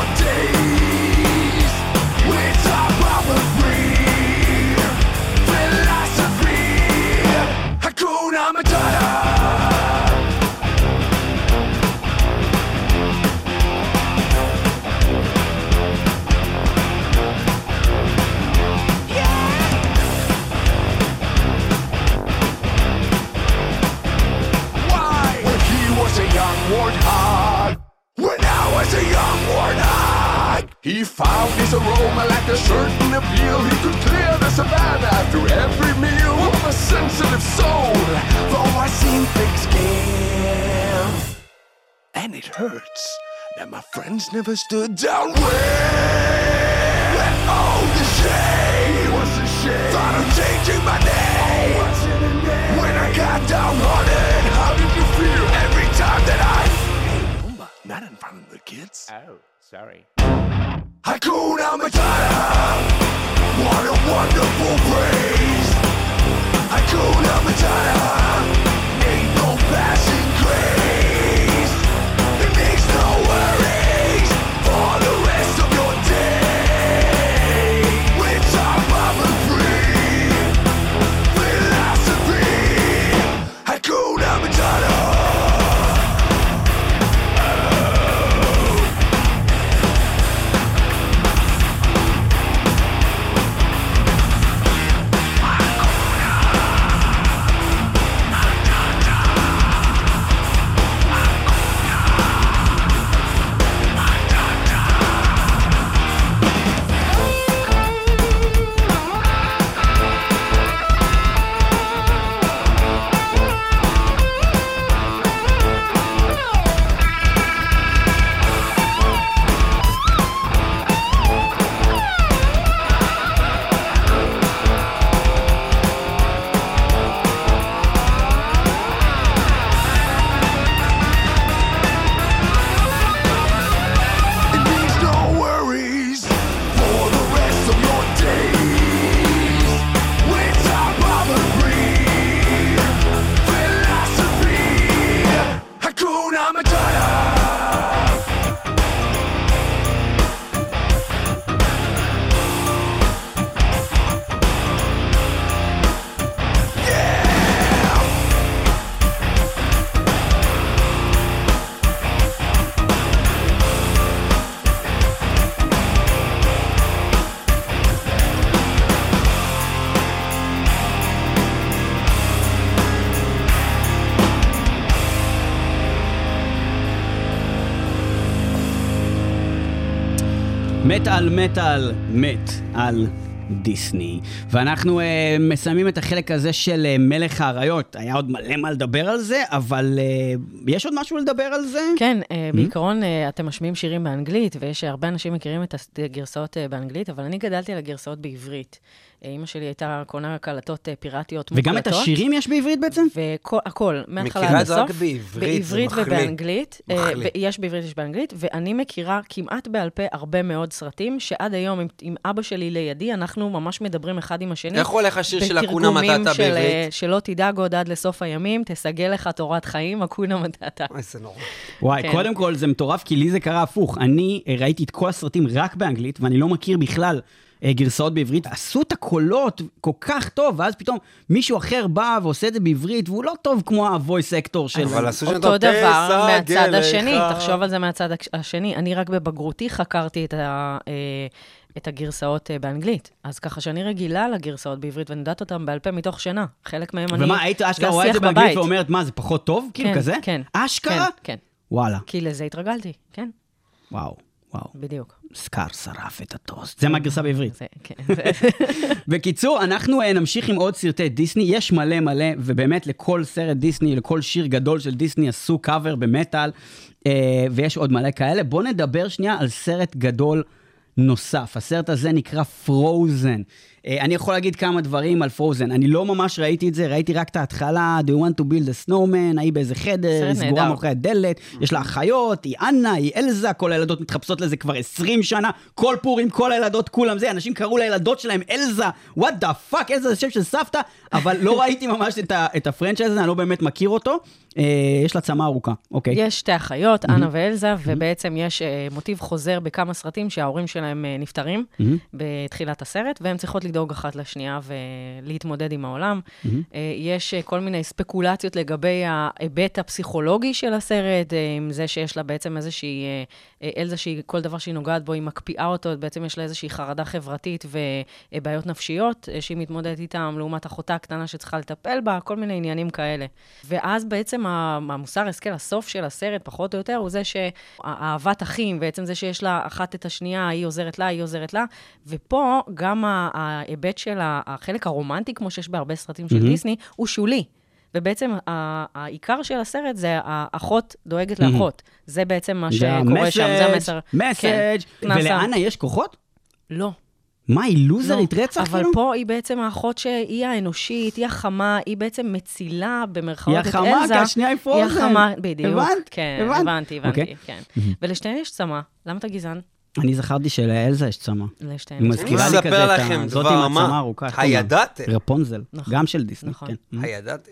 days. It's our proper free philosophy. Hakuna Matata. Warthog. When I was a young warthog, he found his aroma like a certain appeal. He could clear the savannah after every meal. With a sensitive soul, though I seem thick-skinned, and it hurts that my friends never stood down with. Oh, the shame! What's the shame? Thought of changing my name. Oh, what's in the name? When I got downhearted, how did you feel every time that I? Hey, Pumbaa, not in front of the kids. Oh, sorry. Hakuna Matata, what a wonderful phrase. Hakuna Matata, ain't no passing craze. It makes no worries for the rest of your day. It's our proper free philosophy. Hakuna Matata. מת על מטל, מת על דיסני. ואנחנו uh, מסיימים את החלק הזה של uh, מלך האריות. היה עוד מלא מה לדבר על זה, אבל uh, יש עוד משהו לדבר על זה? כן, uh, mm-hmm. בעיקרון uh, אתם משמיעים שירים באנגלית, ויש הרבה אנשים מכירים את הגרסאות uh, באנגלית, אבל אני גדלתי על הגרסאות בעברית. אמא שלי הייתה קונה קלטות פיראטיות מוקלטות. וגם את השירים יש בעברית בעצם? והכל, מההתחלה עד הסוף. בעברית ובאנגלית. יש בעברית, יש באנגלית, ואני מכירה כמעט בעל פה הרבה מאוד סרטים, שעד היום עם אבא שלי לידי, אנחנו ממש מדברים אחד עם השני. איך הולך השיר של אקונה מטאטה בעברית? שלא תדאג עוד עד לסוף הימים, תסגל לך תורת חיים, אקונה מטאטה. איזה נורא. וואי, קודם כל זה מטורף, כי לי זה קרה הפוך. אני ראיתי את כל הסרטים רק באנגלית, ואני לא מכיר בכלל גרסאות בעברית, עשו את הקולות כל כך טוב, ואז פתאום מישהו אחר בא ועושה את זה בעברית, והוא לא טוב כמו הוויס אקטור של... אבל עשו אותו דבר מהצד השני, תחשוב על זה מהצד השני. אני רק בבגרותי חקרתי את ה... את הגרסאות באנגלית. אז ככה שאני רגילה לגרסאות בעברית, ואני יודעת אותם בעל פה מתוך שנה. חלק מהם אני... ומה, היית אשכרה רואה את זה באנגלית ואומרת, מה, זה פחות טוב? כאילו כזה? כן, כן. אשכרה? כן. וואלה. כי לזה התרגלתי, כן. וואו, וואו. בדיוק. סקאר שרף את הטוסט. זה מהגרסה בעברית. זה, כן. בקיצור, אנחנו נמשיך עם עוד סרטי דיסני. יש מלא מלא, ובאמת לכל סרט דיסני, לכל שיר גדול של דיסני, עשו קאבר במטל, ויש עוד מלא כאלה. בואו נדבר שנייה על סרט גדול נוסף. הסרט הזה נקרא Frozen. אני יכול להגיד כמה דברים על Frozen. אני לא ממש ראיתי את זה, ראיתי רק את ההתחלה, Do you want to build a snowman, היא באיזה חדר, סגורה מאחורי הדלת, יש לה אחיות, היא אנה, היא אלזה, כל הילדות מתחפשות לזה כבר עשרים שנה, כל פורים, כל הילדות, כולם זה, אנשים קראו לילדות שלהם אלזה, what the fuck, אלזה זה שם של סבתא, אבל לא ראיתי ממש את, ה- את הפרנצ'ייז הזה, אני לא באמת מכיר אותו. יש לה צמה ארוכה, אוקיי. יש שתי אחיות, אנה ואלזה, ובעצם יש מוטיב חוזר בכמה סרטים שההורים שלהם נפטרים בתחילת הסרט, והם צריכות לדאוג אחת לשנייה ולהתמודד עם העולם. יש כל מיני ספקולציות לגבי ההיבט הפסיכולוגי של הסרט, עם זה שיש לה בעצם איזושהי, אלזה שהיא, כל דבר שהיא נוגעת בו, היא מקפיאה אותו, בעצם יש לה איזושהי חרדה חברתית ובעיות נפשיות, שהיא מתמודדת איתם, לעומת אחותה הקטנה שצריכה לטפל בה, כל מיני עניינים כאלה. ואז בעצם המוסר השכל, הסוף של הסרט, פחות או יותר, הוא זה שהאהבת אחים, בעצם זה שיש לה אחת את השנייה, היא עוזרת לה, היא עוזרת לה, ופה גם ההיבט של החלק הרומנטי, כמו שיש בהרבה סרטים של דיסני, הוא שולי. ובעצם העיקר של הסרט זה האחות דואגת לאחות. זה בעצם מה שקורה שם, זה המסר. מסאג'. ולאנה יש כוחות? לא. מה, היא לוזרית רצח? אבל פה היא בעצם האחות שהיא האנושית, היא החמה, היא בעצם מצילה במרכאות את אלזה. היא החמה, כי השנייה היא פרוזן. היא החמה, בדיוק. הבנת? כן, הבנתי, הבנתי, כן. ולשתיהן יש צמה. למה אתה גזען? אני זכרתי שלאלזה יש צמה. לשתיהן. היא מזכירה לי כזה את הזאת עם הצמה ארוכה. הידעתם. רפונזל, גם של דיסני. הידעתם.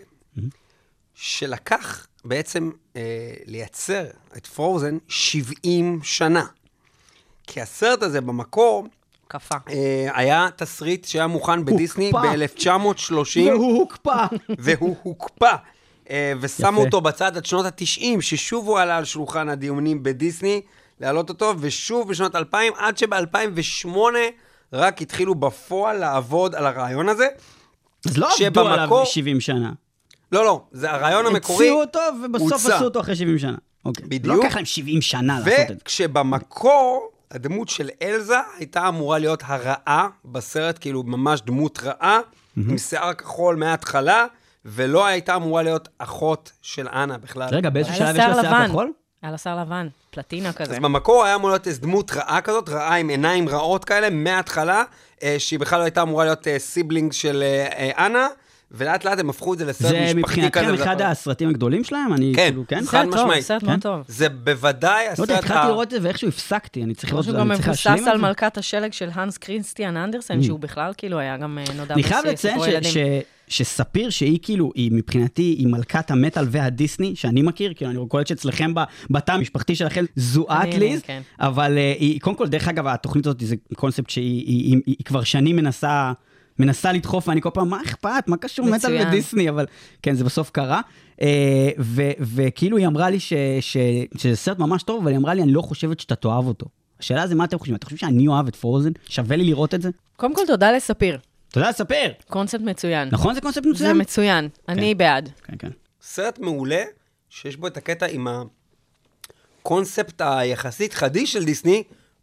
שלקח בעצם לייצר את פרוזן שבעים שנה. כי הסרט הזה במקור, קפה. היה תסריט שהיה מוכן בדיסני ב-אלף תשע מאות שלושים. והוא הוקפא. והוא הוקפא. ושמו אותו בצד עד שנות ה-תשעים, ששוב הוא עלה על שולחן הדיונים בדיסני, להעלות אותו, ושוב בשנות אלפיים, עד שב-אלפיים ושמונה רק התחילו בפועל לעבוד על הרעיון הזה. אז לא עבדו עליו שבעים שנה. לא, לא, זה הרעיון המקורי. הציעו אותו, ובסוף עשו אותו אחרי שבעים שנה. בדיוק. לא לקח להם שבעים שנה לעשות את זה. וכשבמקור, הדמות של אלזה הייתה אמורה להיות הרעה בסרט, כאילו ממש דמות רעה, עם שיער כחול מההתחלה, ולא הייתה אמורה להיות אחות של אנה בכלל. רגע, באיזשהו שלב יש לה שיער כחול? היה לה שיער לבן, פלטינה כזה. אז במקור היה אמורה להיות איזו דמות רעה כזאת, רעה עם עיניים רעות כאלה, מההתחלה, שהיא בכלל לא הייתה אמורה להיות סיבלינג של אנה, ולאט לאט הם הפכו את זה לסרט משפחתי כזה. זה מבחינתכם אחד הסרטים הגדולים שלהם? כן, חד משמעית. סרט מאוד טוב. זה בוודאי הסרט... לא יודע, התחלתי לראות את זה ואיכשהו הפסקתי, אני צריך לראות את זה, אני צריך להשלים את זה. הוא גם מבוסס על מלכת השלג של הנס קריסטיאן אנדרסן, שהוא בכלל כאילו היה גם נודע בסיפור ילדים. שספיר שהיא כאילו, היא מבחינתי, היא מלכת המטל והדיסני, שאני מכיר, כאילו אני קולט שאצלכם בתא המשפחתי שלכם זו אטליז, אבל היא, קודם כל, דרך אגב, התוכנית הזאת זה קונספט שהיא כבר שנים מנסה, מנסה לדחוף, ואני כל פעם, מה אכפת? מה קשור מטל ודיסני? אבל כן, זה בסוף קרה. וכאילו היא אמרה לי שזה סרט ממש טוב, אבל היא אמרה לי, אני לא חושבת שאתה תאהב אותו. השאלה זה מה אתם חושבים? אתה חושב שאני אוהב את פרוזן? שווה לי לראות את זה? קודם כל, תודה לספיר. תודה לספר. קונספט מצוין. נכון זה קונספט מצוין? זה מצוין. אני בעד. כן, כן. סרט מעולה, שיש בו את הקטע עם הקונספט היחסית חדיש של דיסני,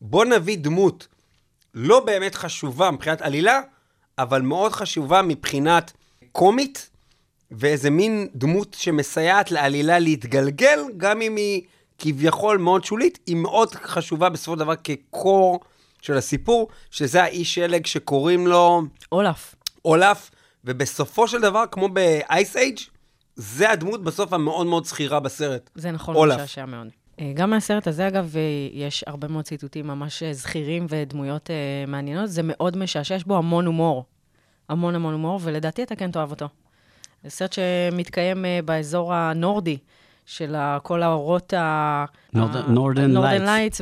בוא נביא דמות לא באמת חשובה מבחינת עלילה, אבל מאוד חשובה מבחינת קומית, ואיזה מין דמות שמסייעת לעלילה להתגלגל, גם אם היא כביכול מאוד שולית, היא מאוד חשובה בסופו של דבר כקור של הסיפור, שזה האיש שלג שקוראים לו... אולף. אולף, ובסופו של דבר, כמו ב-Ice Age, זה הדמות בסוף המאוד מאוד זכירה בסרט. זה נכון, אולף. משעשע מאוד. גם מהסרט הזה, אגב, יש הרבה מאוד ציטוטים ממש זכירים ודמויות מעניינות. זה מאוד משעשע, יש בו המון הומור. המון המון הומור, ולדעתי אתה כן תאהב אותו. זה סרט שמתקיים באזור הנורדי, של כל האורות ה... נורדן לייטס,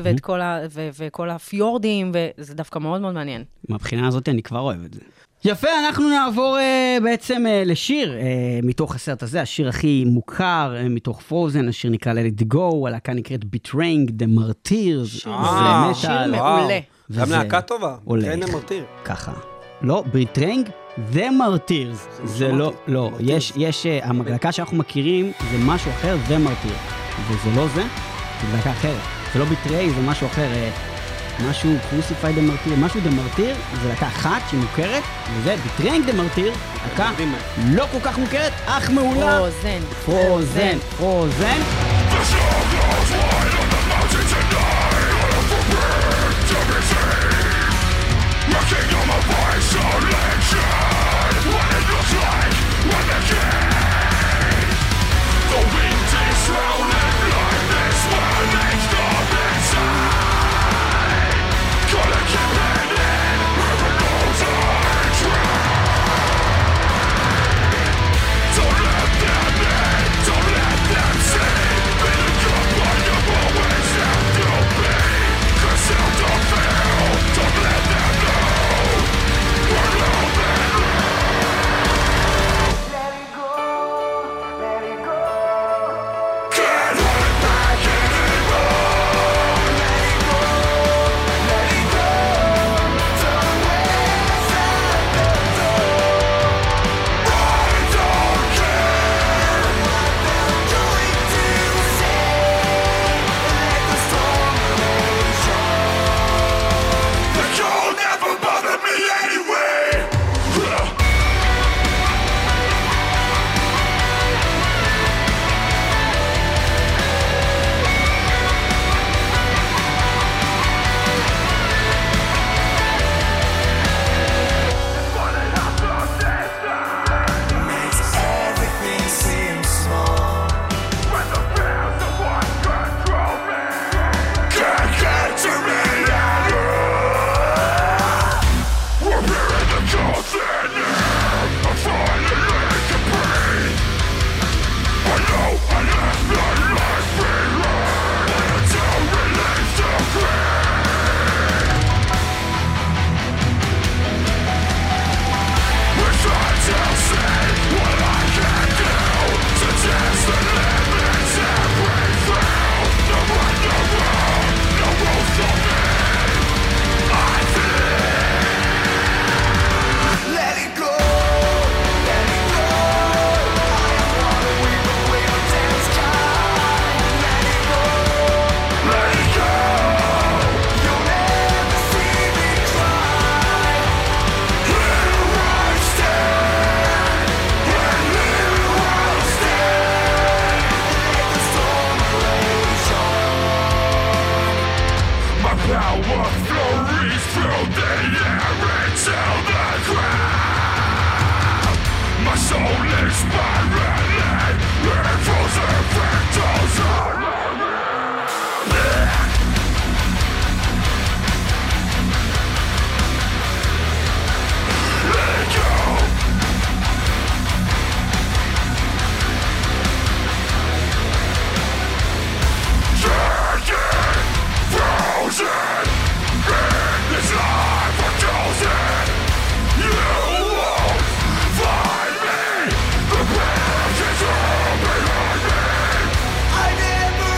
וכל הפיורדים, וזה דווקא מאוד מאוד מעניין. מהבחינה הזאת אני כבר אוהב את זה. יפה, אנחנו נעבור uh, בעצם uh, לשיר uh, מתוך הסרט הזה, השיר הכי מוכר uh, מתוך פרוזן, השיר נקרא Let It Go, הלהקה נקראת Betraying the Martyrs. שיר מעולה. גם להקה טובה, Betraying the Martyrs. ככה. לא, Betraying the Martyrs. זה לא, לא. יש, יש, המלהקה שאנחנו מכירים זה משהו אחר, The Martyrs. וזה לא זה, זה להקה אחרת. זה לא Betray, זה משהו אחר. משהו Crucify the Martyr, משהו the Martyr, זה להקה אחת שהיא מוכרת, וזה Betraying the Martyr, להקה לא כל כך מוכרת, אך מעולה. פרוזן. פרוזן. פרוזן. I never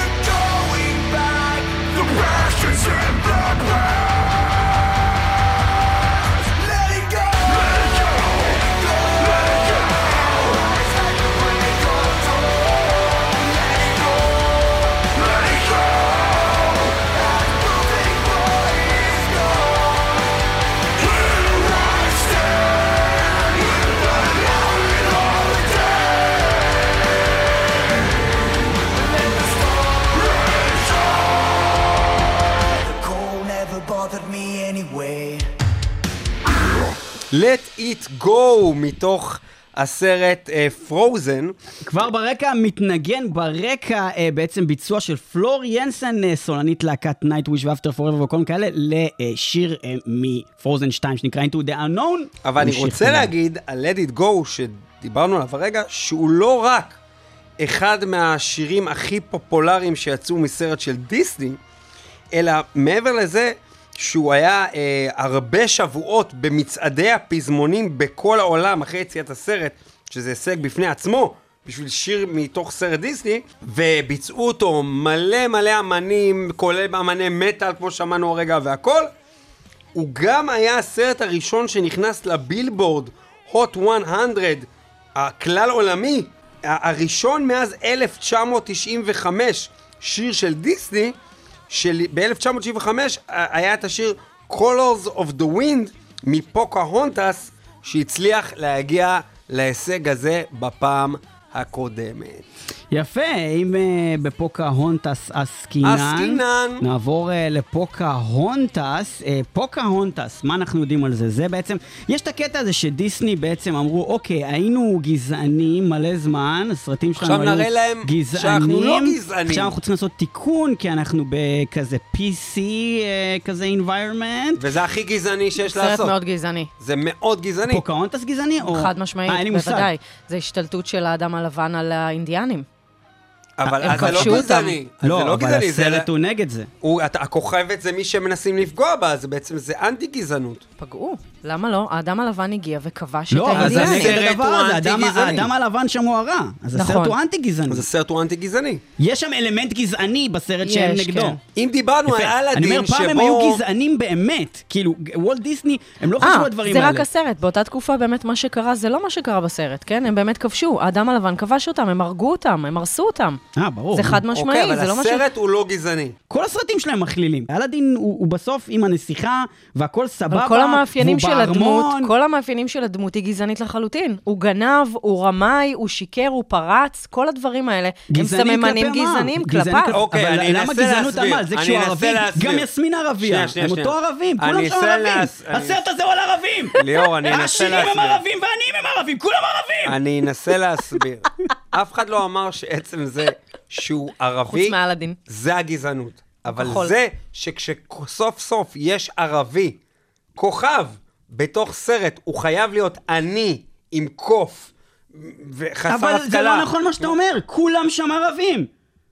Let It Go מתוך הסרט פרוזן. Uh, כבר ברקע מתנגן ברקע uh, בעצם ביצוע של פלור ינסן, uh, סולנית להקת Nightwish ואפטר פוראבר וכל כאלה, לשיר uh, מפרוזן שתיים שנקרא Into the Unknown. אבל אני רוצה להגיד על Let It Go שדיברנו עליו הרגע, שהוא לא רק אחד מהשירים הכי פופולריים שיצאו מסרט של דיסני, אלא מעבר לזה שהוא היה אה, הרבה שבועות במצעדי הפזמונים בכל העולם אחרי יציאת הסרט, שזה הישג בפני עצמו, בשביל שיר מתוך סרט דיסני, וביצעו אותו מלא מלא אמנים, כולל אמני מטל כמו שמענו הרגע והכל. הוא גם היה הסרט הראשון שנכנס לבילבורד הוט מאה, הכלל עולמי, הראשון מאז אלף תשע מאות תשעים וחמש, שיר של דיסני, ב-אלף תשע מאות תשעים וחמש היה את השיר Colors of the Wind מפוקהונטס, שהצליח להגיע להישג הזה בפעם הקודמת. יפה, אם uh, בפוקהונטס עסקינן, עסקינן. נעבור uh, לפוקהונטס. uh, פוקהונטס, מה אנחנו יודעים על זה? זה בעצם, יש את הקטע הזה שדיסני בעצם אמרו, אוקיי, היינו גזענים מלא זמן, הסרטים שלנו היו עכשיו נראה להם גזענים, שאנחנו לא גזענים. עכשיו אנחנו צריכים לעשות תיקון, כי אנחנו בכזה פי סי, uh, כזה environment. וזה הכי גזעני שיש סרט לעשות. מאוד גזעני. זה מאוד גזעני. פוקהונטס גזעני? או... חד משמעית, אה, אין לי מושג. בוודאי. זה השתלטות של האדם הלבן על האינדיאנים. אבל הם אז זה לא כבשו אותם. גזעני. אז זה לא, לא אבל גזעני, זה- הסרט הוא נגד זה. הוא- אתה- הכוכבת זה מי שמנסים לפגוע בה, זה בעצם זה אנטי גזענות. פגעו. למה לא? האדם הלבן הגיע וכבש את לא, אבל זה האינדיאנים. נגד הסרט הדבר הוא הזה, האדם- אנטי-גזעני. האדם הלבן שם הוא הרע. אז הסרט נכון. הוא אנטי גזעני. אז הסרט הוא אנטי גזעני. יש שם אלמנט גזעני בסרט שהם יש, נגדו. כן. אם דיברנו על יפה. אני אלאדין אומר, פעם הם שבו... היו גזענים באמת. כאילו, וולט דיסני, הם לא חשבו על אה, הדברים זה האלה. רק הסרט. באותה תקופה באמת מה שקרה זה לא מה שקרה בסרט, כן? הם באמת כבשו. האדם הלבן כבש אותם, הם הרגו אותם, הם הרסו אותם. אה, ברור. זה חד אוקיי, משמעי, אבל זה לא משהו... הסרט הוא לא גזעני. כל הסרטים שלהם מכלילים. אלאדין הוא, הוא בסוף עם הנסיכה, והכל סבבה, אבל כל המאפיינים של והוא הדמות, בארמון. כל המאפיינים של הדמות היא גזענית לחלוטין. הוא גנב, הוא רמאי, הוא שיקר, הוא פרץ, כל הדברים האלה הם גזענים סממנים כלפי מה? גזענים גזעני כלפיו. כלפי- אוקיי, אבל אני למה אנסה גזענות להסביר. על זה אני כשהוא אנסה ערבי? להסביר. גם יסמין ערבייה, שנייה, שנייה, הם שנייה. אותו ערבים, אני כולם שם אנסה ערבים. להס- אני- הסרט הזה הוא על ערבים. ליאור, אני אנסה העשירים הם להסביר. ערבים והעניים הם ערבים, כולם ערבים. אני אנסה להסביר. אף אחד לא אמר שעצם זה שהוא חוץ ערבי, מאלאדין. זה הגזענות. אבל כחול. זה שכשסוף סוף יש ערבי, כוכב, בתוך סרט, הוא חייב להיות עני עם קוף וחסר השכלה. אבל זה לא נכון מה שאתה אומר, כולם שם ערבים.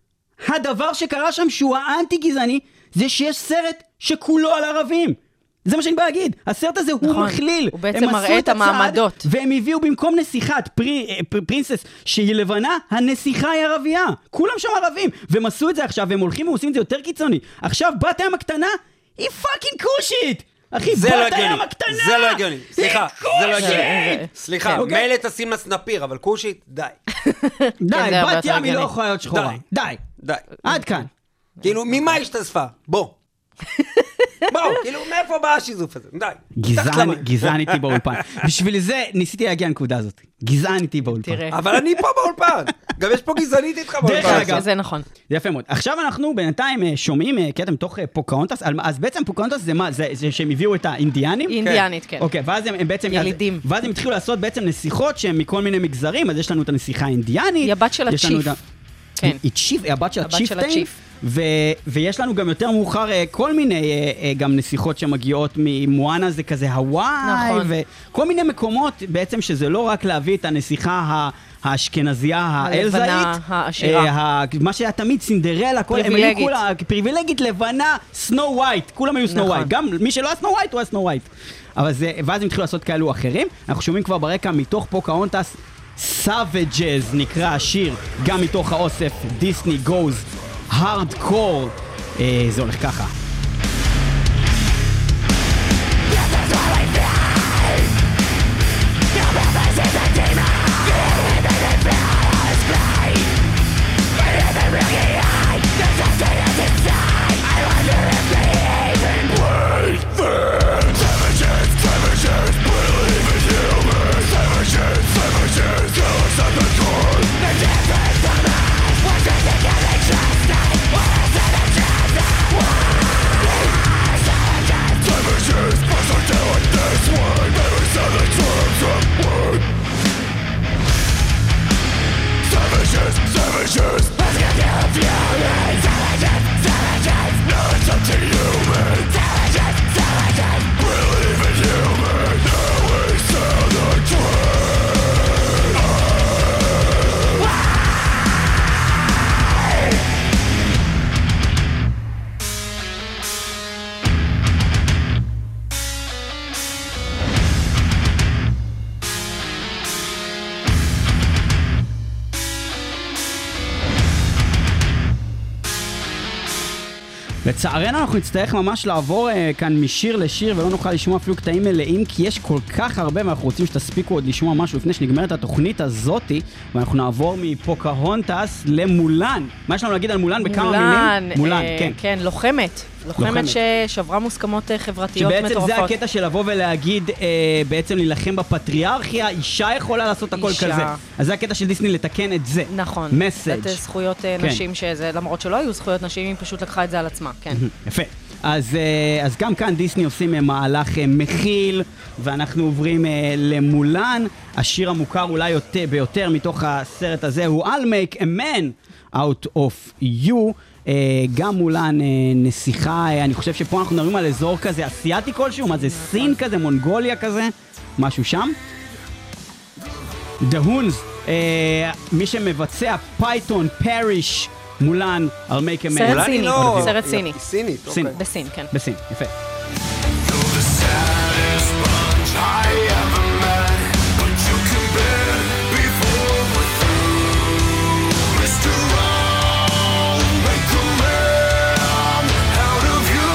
הדבר שקרה שם שהוא האנטי גזעני, זה שיש סרט שכולו על ערבים. זה מה שאני בא להגיד, הסרט הזה הוא נכון. מכליל. הוא בעצם הם מראה עשו את הצעד, המעמדות. והם הביאו במקום נסיכת פרי, אה, פר, פרינסס שהיא לבנה, הנסיכה היא ערבייה. כולם שם ערבים, והם עשו את זה עכשיו, והם הולכים ועושים את זה יותר קיצוני. עכשיו בת הים הקטנה, היא פאקינג קושית. אחי, זה בת לא הים הגיוני, הקטנה, זה לא הגיוני. סליחה, זה לא קושית. הגיוני. סליחה, אוקיי. מילא תשים לה סנפיר, אבל כושית, די. די, כן, זה הרבה בת יותר ים היא לא הגיוני. יכולה להיות שחורה. די, די. עד כאן. כאילו, ממה השתזפה? בוא. בוא, כאילו, מאיפה בא השיזוף הזה? די. גזען, מתחת למים. גזען איתי באולפן. בשביל זה ניסיתי להגיע לנקודה הזאת. גזען איתי באולפן. תראה. אבל אני פה באולפן. גם יש פה גזענית איתך דרך באולפן. אגב. זה נכון. זה יפה מאוד. עכשיו אנחנו בינתיים אה, שומעים אה, קטע מתוך אה, פוקהונטס. על- אז בעצם פוקהונטס זה מה? זה זה שהם הביאו את האינדיאנים? אינדיאנית, כן. אוקיי, ואז הם, הם בעצם... ילידים. ואז הם התחילו לעשות בעצם נסיכות שהן מכל מיני מגזרים, אז יש לנו את הנסיכה האינדיאנית. היא הבת של יש לנו הצ'יף. את ה- כן. היא צ'יף, היא הבת של הבת של הצ'יפטיין. הצ'יף. ו- ויש לנו גם יותר מאוחר אה, כל מיני אה, אה, גם נסיכות שמגיעות ממואנה, זה כזה הוואי, נכון. וכל מיני מקומות בעצם שזה לא רק להביא את הנסיכה ה... האשכנזייה האלזאית, הלבנה, העשירה. אה, ה- מה שהיה תמיד סינדרלה, כל- הם היו פריבילגית. כולה, פריבילגית לבנה, סנו ווייט, כולם היו סנו נכון. ווייט, גם מי שלא היה סנו ווייט הוא היה סנו ווייט. אבל זה, ואז הם התחילו לעשות כאלו אחרים, אנחנו שומעים כבר ברקע מתוך פוקהונטס, סאבג'ז נקרא השיר, גם מתוך האוסף, דיסני גוז, הארדקור, אה, זה הולך ככה. Savages, savages, לצערנו אנחנו נצטרך ממש לעבור uh, כאן משיר לשיר ולא נוכל לשמוע אפילו קטעים מלאים כי יש כל כך הרבה ואנחנו רוצים שתספיקו עוד לשמוע משהו לפני שנגמרת התוכנית הזאתי ואנחנו נעבור מפוקהונטס למולן. מה יש לנו להגיד על מולן בכמה מולן, מילים? מולן, אה, כן. כן, לוחמת. לוחמת ששברה מוסכמות חברתיות שבעצם מטורפות. זה הקטע של לבוא ולהגיד, אה, בעצם להילחם בפטריארכיה, אישה יכולה לעשות הכל אישה. כזה. אז זה הקטע של דיסני לתקן את זה. נכון. מסאג'. את זכויות כן. נשים שזה, למרות שלא היו זכויות נשים, היא פשוט לקחה את זה על עצמה, כן. יפה. אז, אה, אז גם כאן דיסני עושים אה, מהלך אה, מכיל, ואנחנו עוברים אה, למולן. השיר המוכר אולי יותר, ביותר מתוך הסרט הזה הוא I'll make a man out of you. Uh, גם מולן uh, נסיכה, uh, אני חושב שפה אנחנו מדברים על אזור כזה אסיאטי כלשהו, מה זה סין כזה, מונגוליה כזה, משהו שם. דהונס, uh, מי שמבצע פייתון, פריש, מולן, I'll make a man. סרט סיני, לא, סרט סיני. סינית, סין. אוקיי. בסין, כן. בסין, יפה. You're the saddest bunch I ever met, but you can bet before we're through. Mister Wrong, make a man out of you.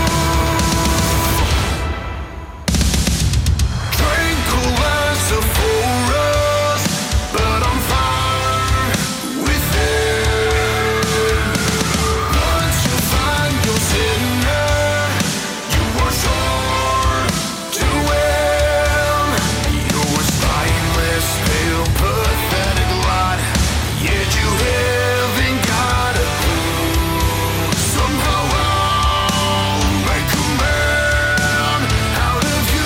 Tranquil as a forest, but I'm fine with it. Once you find your sinner, you are sure to win. You're a spineless, pale, pathetic lot, yet you haven't got a clue. Somehow I'll make a man out of you.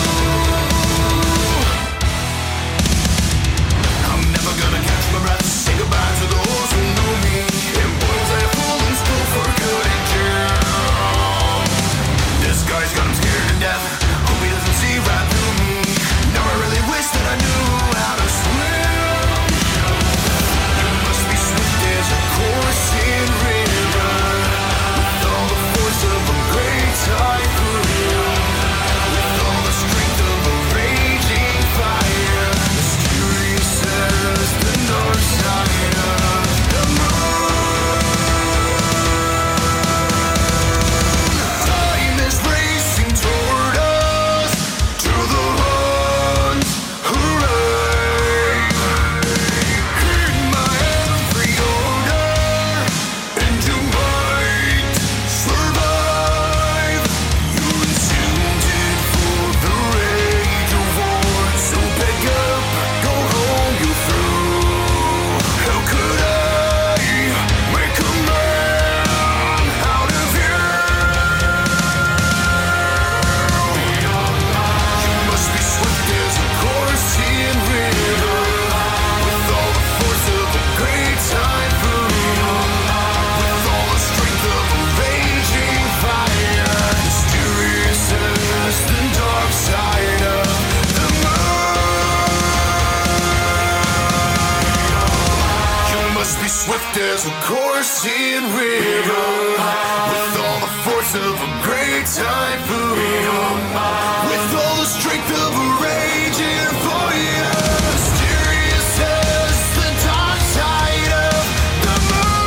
I'm never gonna catch my breath, say goodbye to those who know me, and boys that fall in school for good and care. This guy's got him scared to death, hope he doesn't see right through me. Now I really wish that I knew how to swim. You must be swift as a coursing river, with all the force of a great typhoon, with all the strength of a raging fire, mysterious as the north side of the moon. Time is racing toward us, to the ones who reign. In my every order, and you might survive. You're intended for the rage of war, so pick up, go home, you're through. How could I make a man out of you? You must be swift as a coursing river, with all the force of a great typhoon, with all the strength of a raging fire, mysterious as the dark side of the moon. You must be swift as a coursing river, with all the force of a great typhoon, with all the strength of a raging fire, mysterious as the dark side of the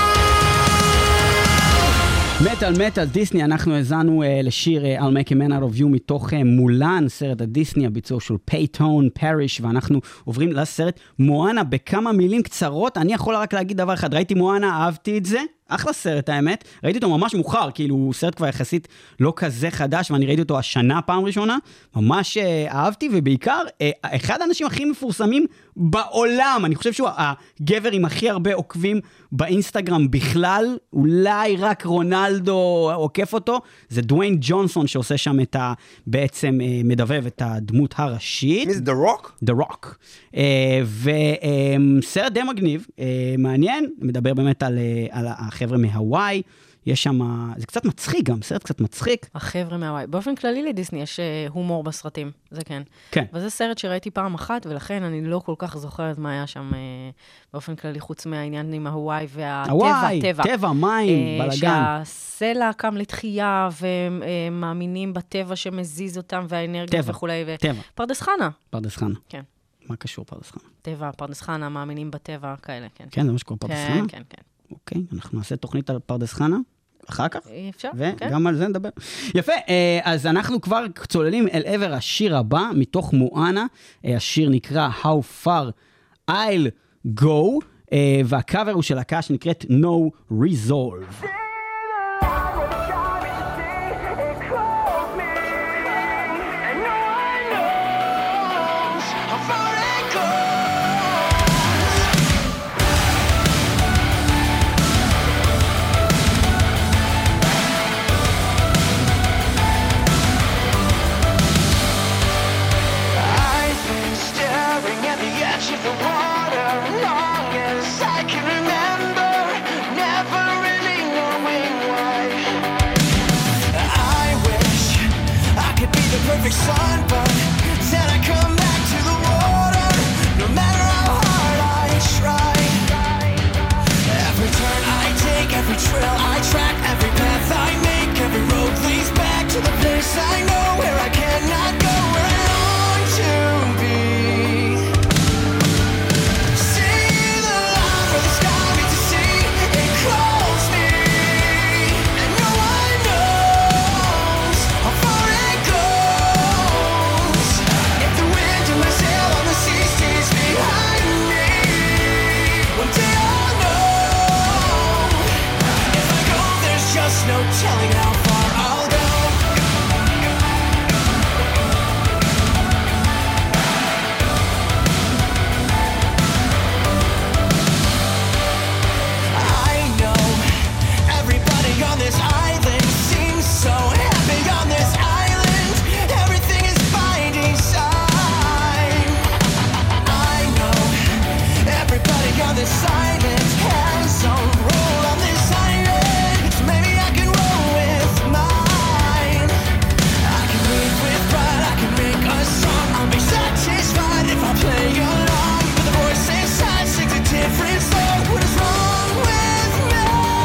moon. מטל מטל דיסני, אנחנו הזנו uh, לשיר uh, I'll make a man out of you מתוך uh, מולן, סרט הדיסני, הביצוע של פייתון, פריש, ואנחנו עוברים לסרט מואנה בכמה מילים קצרות. אני יכול רק להגיד דבר אחד, ראיתי מואנה, אהבתי את זה, אחלה סרט האמת, ראיתי אותו ממש מוכר, כאילו הוא סרט כבר יחסית לא כזה חדש, ואני ראיתי אותו השנה פעם ראשונה, ממש uh, אהבתי, ובעיקר uh, אחד האנשים הכי מפורסמים בעולם, אני חושב שהוא הגבר עם הכי הרבה עוקבים באינסטגרם בכלל, אולי רק רונלדו עוקף אותו, זה דוויין ג'ונסון שעושה שם את ה... בעצם uh, מדבב את הדמות הראשית. מי זה, The Rock? The Rock. Uh, וסרט די מגניב, uh, מעניין, מדבר באמת על, uh, על החבר'ה מהוואי, יש שם, זה קצת מצחיק גם, סרט קצת מצחיק. החבר'ה מהוואי. באופן כללי לדיסני יש אה, הומור בסרטים, זה כן. כן. וזה סרט שראיתי פעם אחת, ולכן אני לא כל כך זוכרת מה היה שם אה, באופן כללי, חוץ מהעניין עם ההוואי והטבע, הוואי, טבע. טבע, מים, אה, בלגן. שהסלע קם לתחייה, והם אה, מאמינים בטבע שמזיז אותם, והאנרגיה טבע, וכולי. ו... טבע. פרדס חנה. פרדס חנה. כן. מה קשור פרדס חנה? טבע, פרדס חנה, מאמינים בטבע, כאלה, כן. כן, זה מה שקורה פרדס כן, חנה? כן, כן. אוקיי, אנחנו נעשה תוכנית על פרדס חנה. אחר כך. אפשר, כן. וגם על זה נדבר. יפה, אז אנחנו כבר צוללים אל עבר השיר הבא, מתוך מואנה. השיר נקרא How Far I'll Go, והקאבר הוא של הקה שנקראת No Resolve. Perfect sun, but said I come back to the water, no matter how hard I try. Every turn I take, every trail I track, every path I make, every road leads back to the place I know where I cannot go, where I long to be. See the line where the sky meets the sea, it calls me, and no one knows how far it goes. No telling how far I'll go. I know everybody on this island seems so happy on this island. Everything is binding sign. I know everybody on this island has some role on this island. So maybe I can roll with mine. I can live with pride, I can make a song. I'll be satisfied if I play along. But the voice inside sings a different song. What is wrong with me?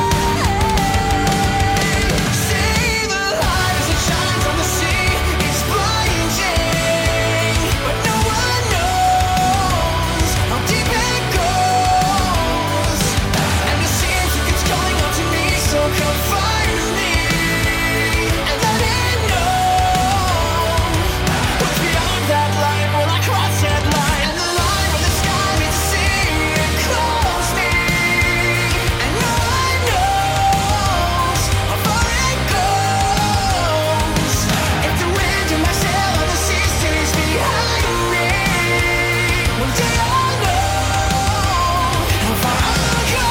See the light as it shines on the sea. It's blinding, but no one knows how deep it goes. And it seems like it's calling out to me, so come find me and let it know what's beyond that line. Will I cross that line? And the line where the sky meets the sea, it calls me, and no one knows how far it goes. If the wind in my sail on the sea stays behind me, one day I'll know how far I'll go.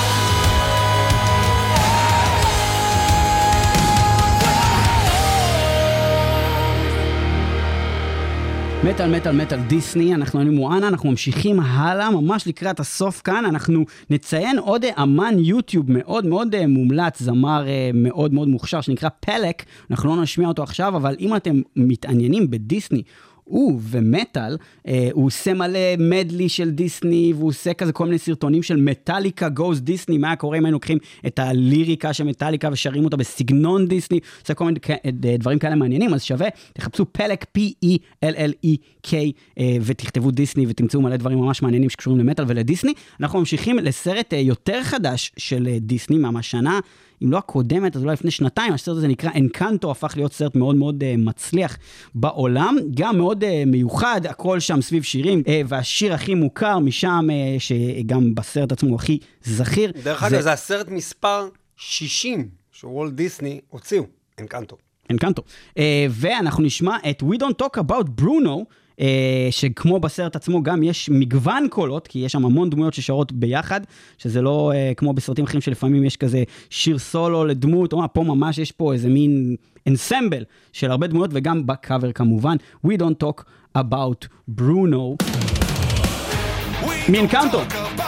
מטל, מטל, מטל, דיסני, אנחנו היינו מואנה, אנחנו ממשיכים הלאה, ממש לקראת הסוף כאן, אנחנו נציין עוד אמן יוטיוב מאוד מאוד מומלץ, זמר מאוד מאוד מוכשר, שנקרא פלק, אנחנו לא נשמיע אותו עכשיו, אבל אם אתם מתעניינים בדיסני, הוא ומטל, אה, הוא עושה מלא מדלי של דיסני, והוא עושה כזה כל מיני סרטונים של מטליקה גוז דיסני, מה קורה אם היינו לוקחים את הליריקה של מטליקה ושרים אותה בסגנון דיסני, עושה כל מיני דברים כאלה מעניינים, אז שווה, תחפשו פלק, P-E-L-L-E-K, אה, ותכתבו דיסני ותמצאו מלא דברים ממש מעניינים שקשורים למטל ולדיסני. אנחנו ממשיכים לסרט אה, יותר חדש של אה, דיסני, ממש שנה, אם לא הקודמת, אז אולי לפני שנתיים, הסרט הזה נקרא אנקנטו, הפך להיות סרט מאוד מאוד uh, מצליח בעולם, גם מאוד uh, מיוחד, הכל שם סביב שירים, uh, והשיר הכי מוכר משם, uh, שגם בסרט עצמו הוא הכי זכיר. דרך אגב, זה הסרט מספר שישים, שוולט דיסני הוציאו, אנקנטו. אנקנטו. Uh, ואנחנו נשמע את We Don't Talk About Bruno, Uh, שכמו בסרט עצמו גם יש מגוון קולות, כי יש שם המון דמויות ששרות ביחד, שזה לא uh, כמו בסרטים אחרים שלפעמים יש כזה שיר סולו לדמות, או פה ממש יש פה איזה מין אנסמבל של הרבה דמויות, וגם בקאבר כמובן. We Don't Talk About Bruno. מאנקנטו.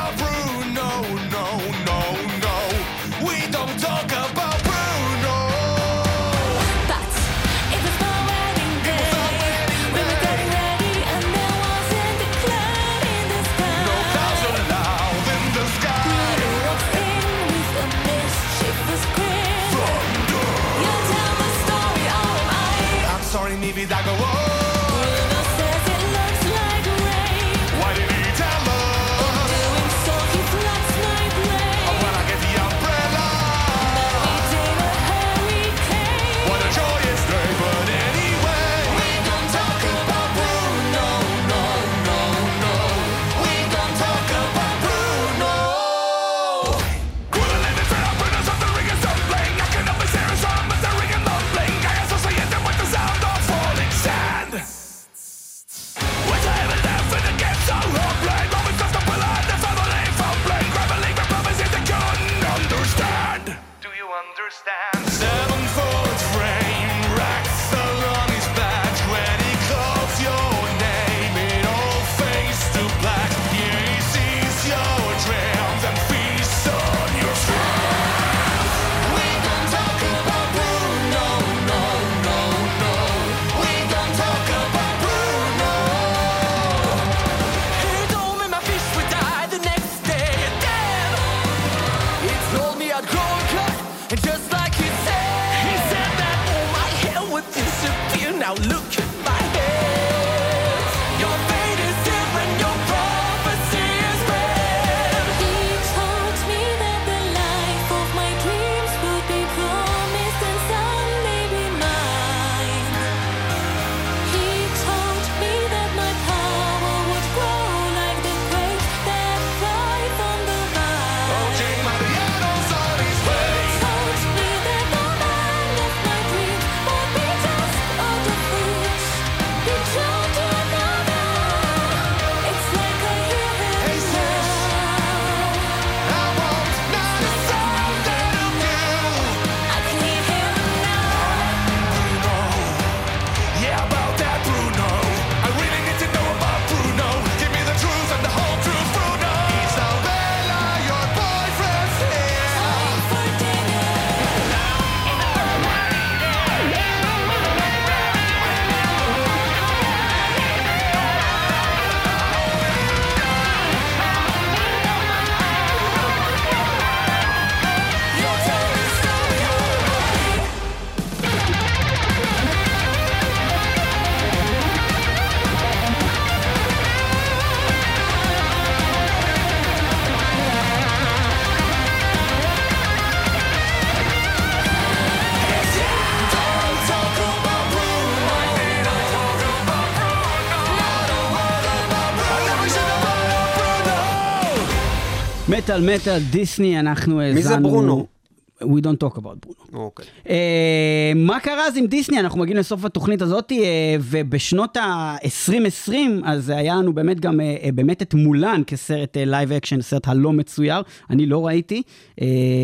Sorry, mi vida go on. Bruno says it looks like rain. Why did he tell us? I'm doing מטל, מטל, דיסני, אנחנו מי זה ברונו? We don't talk about ברונו. אוקיי. Uh, מה קרה אז עם דיסני? אנחנו מגיעים לסוף התוכנית הזאת, uh, ובשנות ה-עשרים עשרים, אז היה לנו באמת גם uh, באמת את מולן כסרט לייב uh, אקשן, סרט הלא מצויר, אני לא ראיתי. Uh,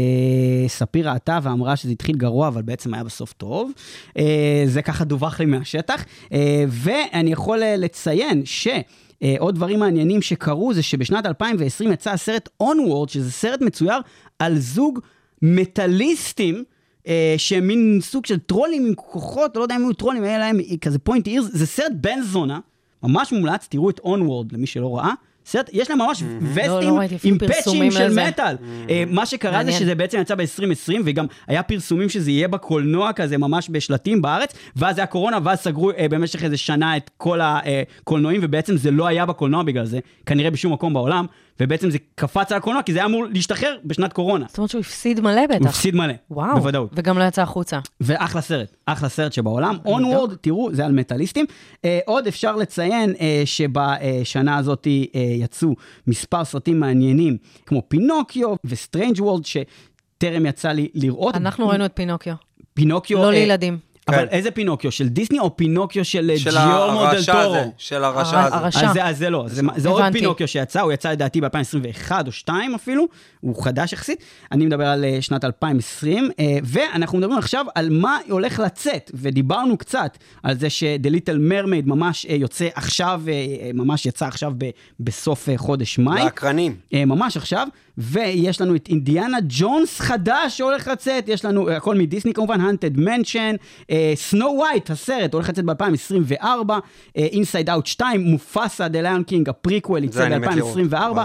ספיר ראתה ואמרה שזה התחיל גרוע, אבל בעצם היה בסוף טוב. Uh, זה ככה דווח לי מהשטח. Uh, ואני יכול uh, לציין ש... Uh, עוד דברים מעניינים שקרו, זה שבשנת אלפיים ועשרים יצא הסרט Onward, שזה סרט מצויר על זוג מטליסטים, אה, שהם מין סוג של טרולים עם כוחות, לא יודע אם היו טרולים, היה להם כזה פוינט אירס, זה סרט בן זונה, ממש מומלץ, תראו את Onward, למי שלא ראה, סרט, יש להם ממש וסטים עם פאצ'ים של מטל. מה שקרה זה שזה בעצם יצא ב-עשרים עשרים, וגם היה פרסומים שזה יהיה בקולנוע כזה, ממש בשלטים בארץ, ואז היה קורונה, ואז סגרו במשך איזה שנה את כל הקולנועים, ובעצם זה לא היה בקולנוע בגלל זה, כנראה בשום מקום בעולם, ובעצם זה קפץ על הקולנוע, כי זה היה אמור להשתחרר בשנת קורונה. זאת אומרת שהוא הפסיד מלא בטח. הוא הפסיד מלא, וואו. בוודאות. וגם לא יצא החוצה. ואחלה סרט, אחלה סרט שבעולם. Onward, תראו, זה על מטליסטים. אה, עוד אפשר לציין אה, שבשנה הזאת אה, יצאו מספר סרטים מעניינים, כמו פינוקיו וסטרנג' וורלד, שטרם יצא לי לראות. אנחנו ראינו את פינוקיו. פינוקיו... לא אה, לילדים. אבל איזה פינוקיו? של דיסני או פינוקיו של ג'יורמו דל טורו? של הרשע הזה. הרשע. אז זה לא, זה עוד פינוקיו שיצא, הוא יצא לדעתי ב-אלפיים עשרים ואחת או שתיים אפילו, הוא חדש יחסית, אני מדבר על שנת אלפיים ועשרים, ואנחנו מדברים עכשיו על מה הולך לצאת, ודיברנו קצת על זה ש-The Little Mermaid ממש יוצא עכשיו, ממש יצא עכשיו בסוף חודש מאי. להקרנים. ממש עכשיו, ויש לנו את אינדיאנה ג'ונס חדש שהולך לצאת, יש לנו הכל מדיסני כמובן, Haunted Mansion, סנו ווייט, הסרט, הולך לצאת ב-אלפיים עשרים וארבע, אינסייד אאוט שתיים, מופסה, The Lion King, הפריקוול, יצא ב-אלפיים עשרים וארבע,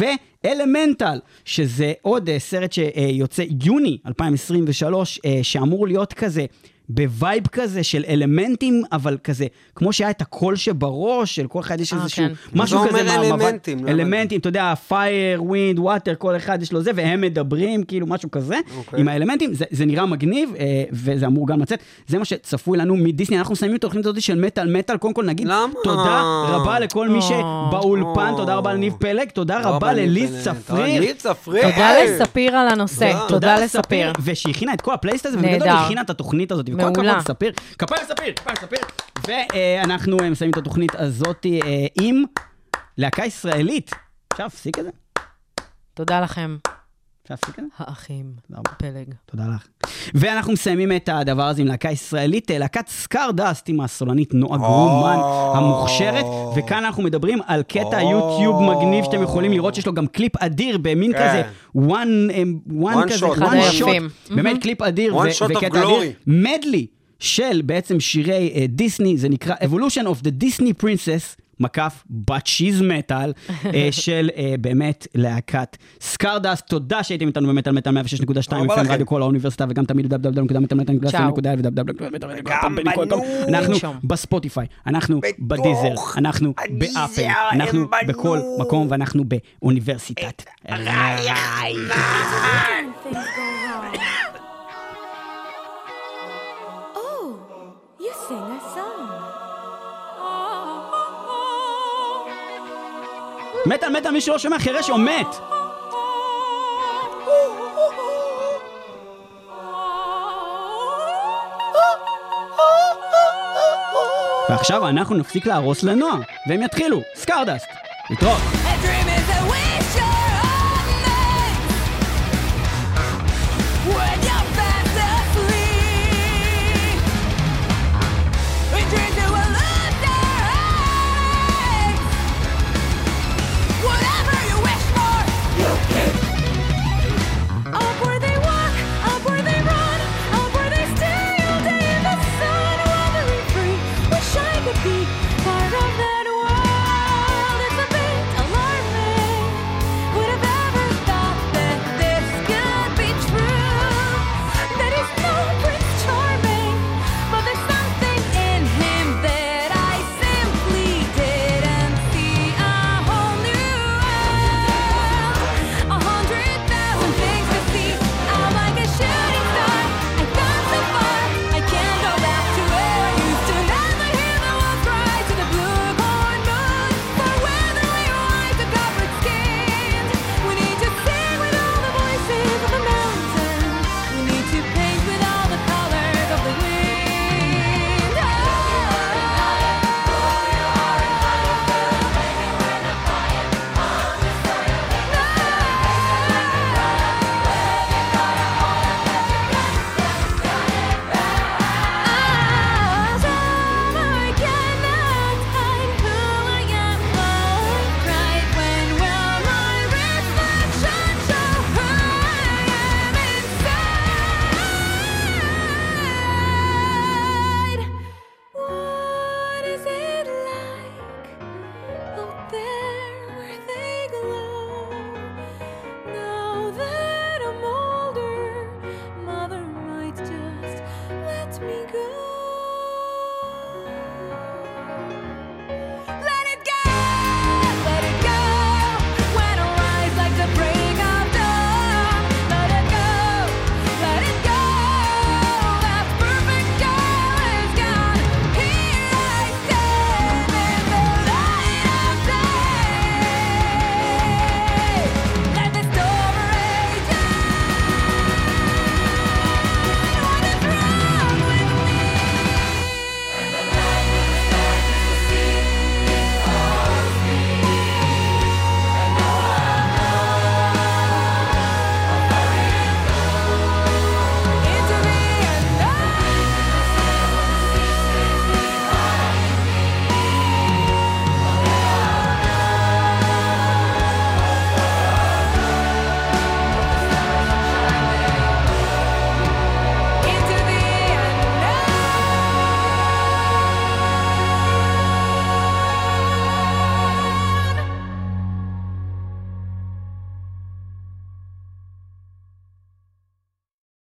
ואלמנטל, שזה עוד סרט שיוצא יוני אלפיים עשרים ושלוש, שאמור להיות כזה, בווייב כזה של אלמנטים, אבל כזה, כמו שהיה את הקול שבראש, של כל אחד יש איזשהו, משהו כזה. זה אומר אלמנטים. אלמנטים, אתה יודע, fire, wind, water, כל אחד יש לו זה, והם מדברים, כאילו משהו כזה, עם האלמנטים, זה נראה מגניב, וזה אמור גם לצאת, זה מה שצפוי לנו מדיסני, אנחנו מסיימים את התוכנית הזאת של מטל, מטל, קודם כל נגיד, תודה רבה לכל מי שבאולפן, תודה רבה לניב פלג, תודה רבה לליז צפריר, תודה לספיר על הנושא, תודה לספיר, ושהכינה את כל הפלייסט הזה, ובגדול הכינה את התוכנית הזאת, וכל הכבוד ספיר, כפיים ספיר, כפיים ספיר, ואנחנו מסיימים את התוכנית הזאת עם להקה ישראלית. אפשר להפסיק את זה? תודה לכם. אפשר להפסיק את זה? האחים, פלג. תודה לך. ואנחנו מסיימים את הדבר הזה עם להקה ישראלית, להקת סקארדסט עם הסולנית נועה גרומן המוכשרת, וכאן אנחנו מדברים על קטע יוטיוב מגניב שאתם יכולים לראות שיש לו גם קליפ אדיר במין כזה, one כזה, one shot, באמת קליפ אדיר וקטע אדיר, מדלי של בעצם שירי דיסני, זה נקרא Evolution of the Disney Princess, מקף בת שיז מטל, של באמת להקת סקארדסט. תודה שהייתם איתנו במטל מטל מאה ושש נקודה שתיים, אפם רדיו כל האוניברסיטה, וגם תמיד דאב דאב דאב נקודה מטל מטל נקודה שתיים נקודה אל ודאב דאב דאב. אנחנו בספוטיפיי, אנחנו בדיזר, אנחנו באפל, אנחנו בכל מקום, ואנחנו באוניברסיטת ראי. מטל מטל, מי שלא שומע חירש או מת. ועכשיו אנחנו נפסיק להרוס לנוער, והם יתחילו. סקארדסט. להתראות.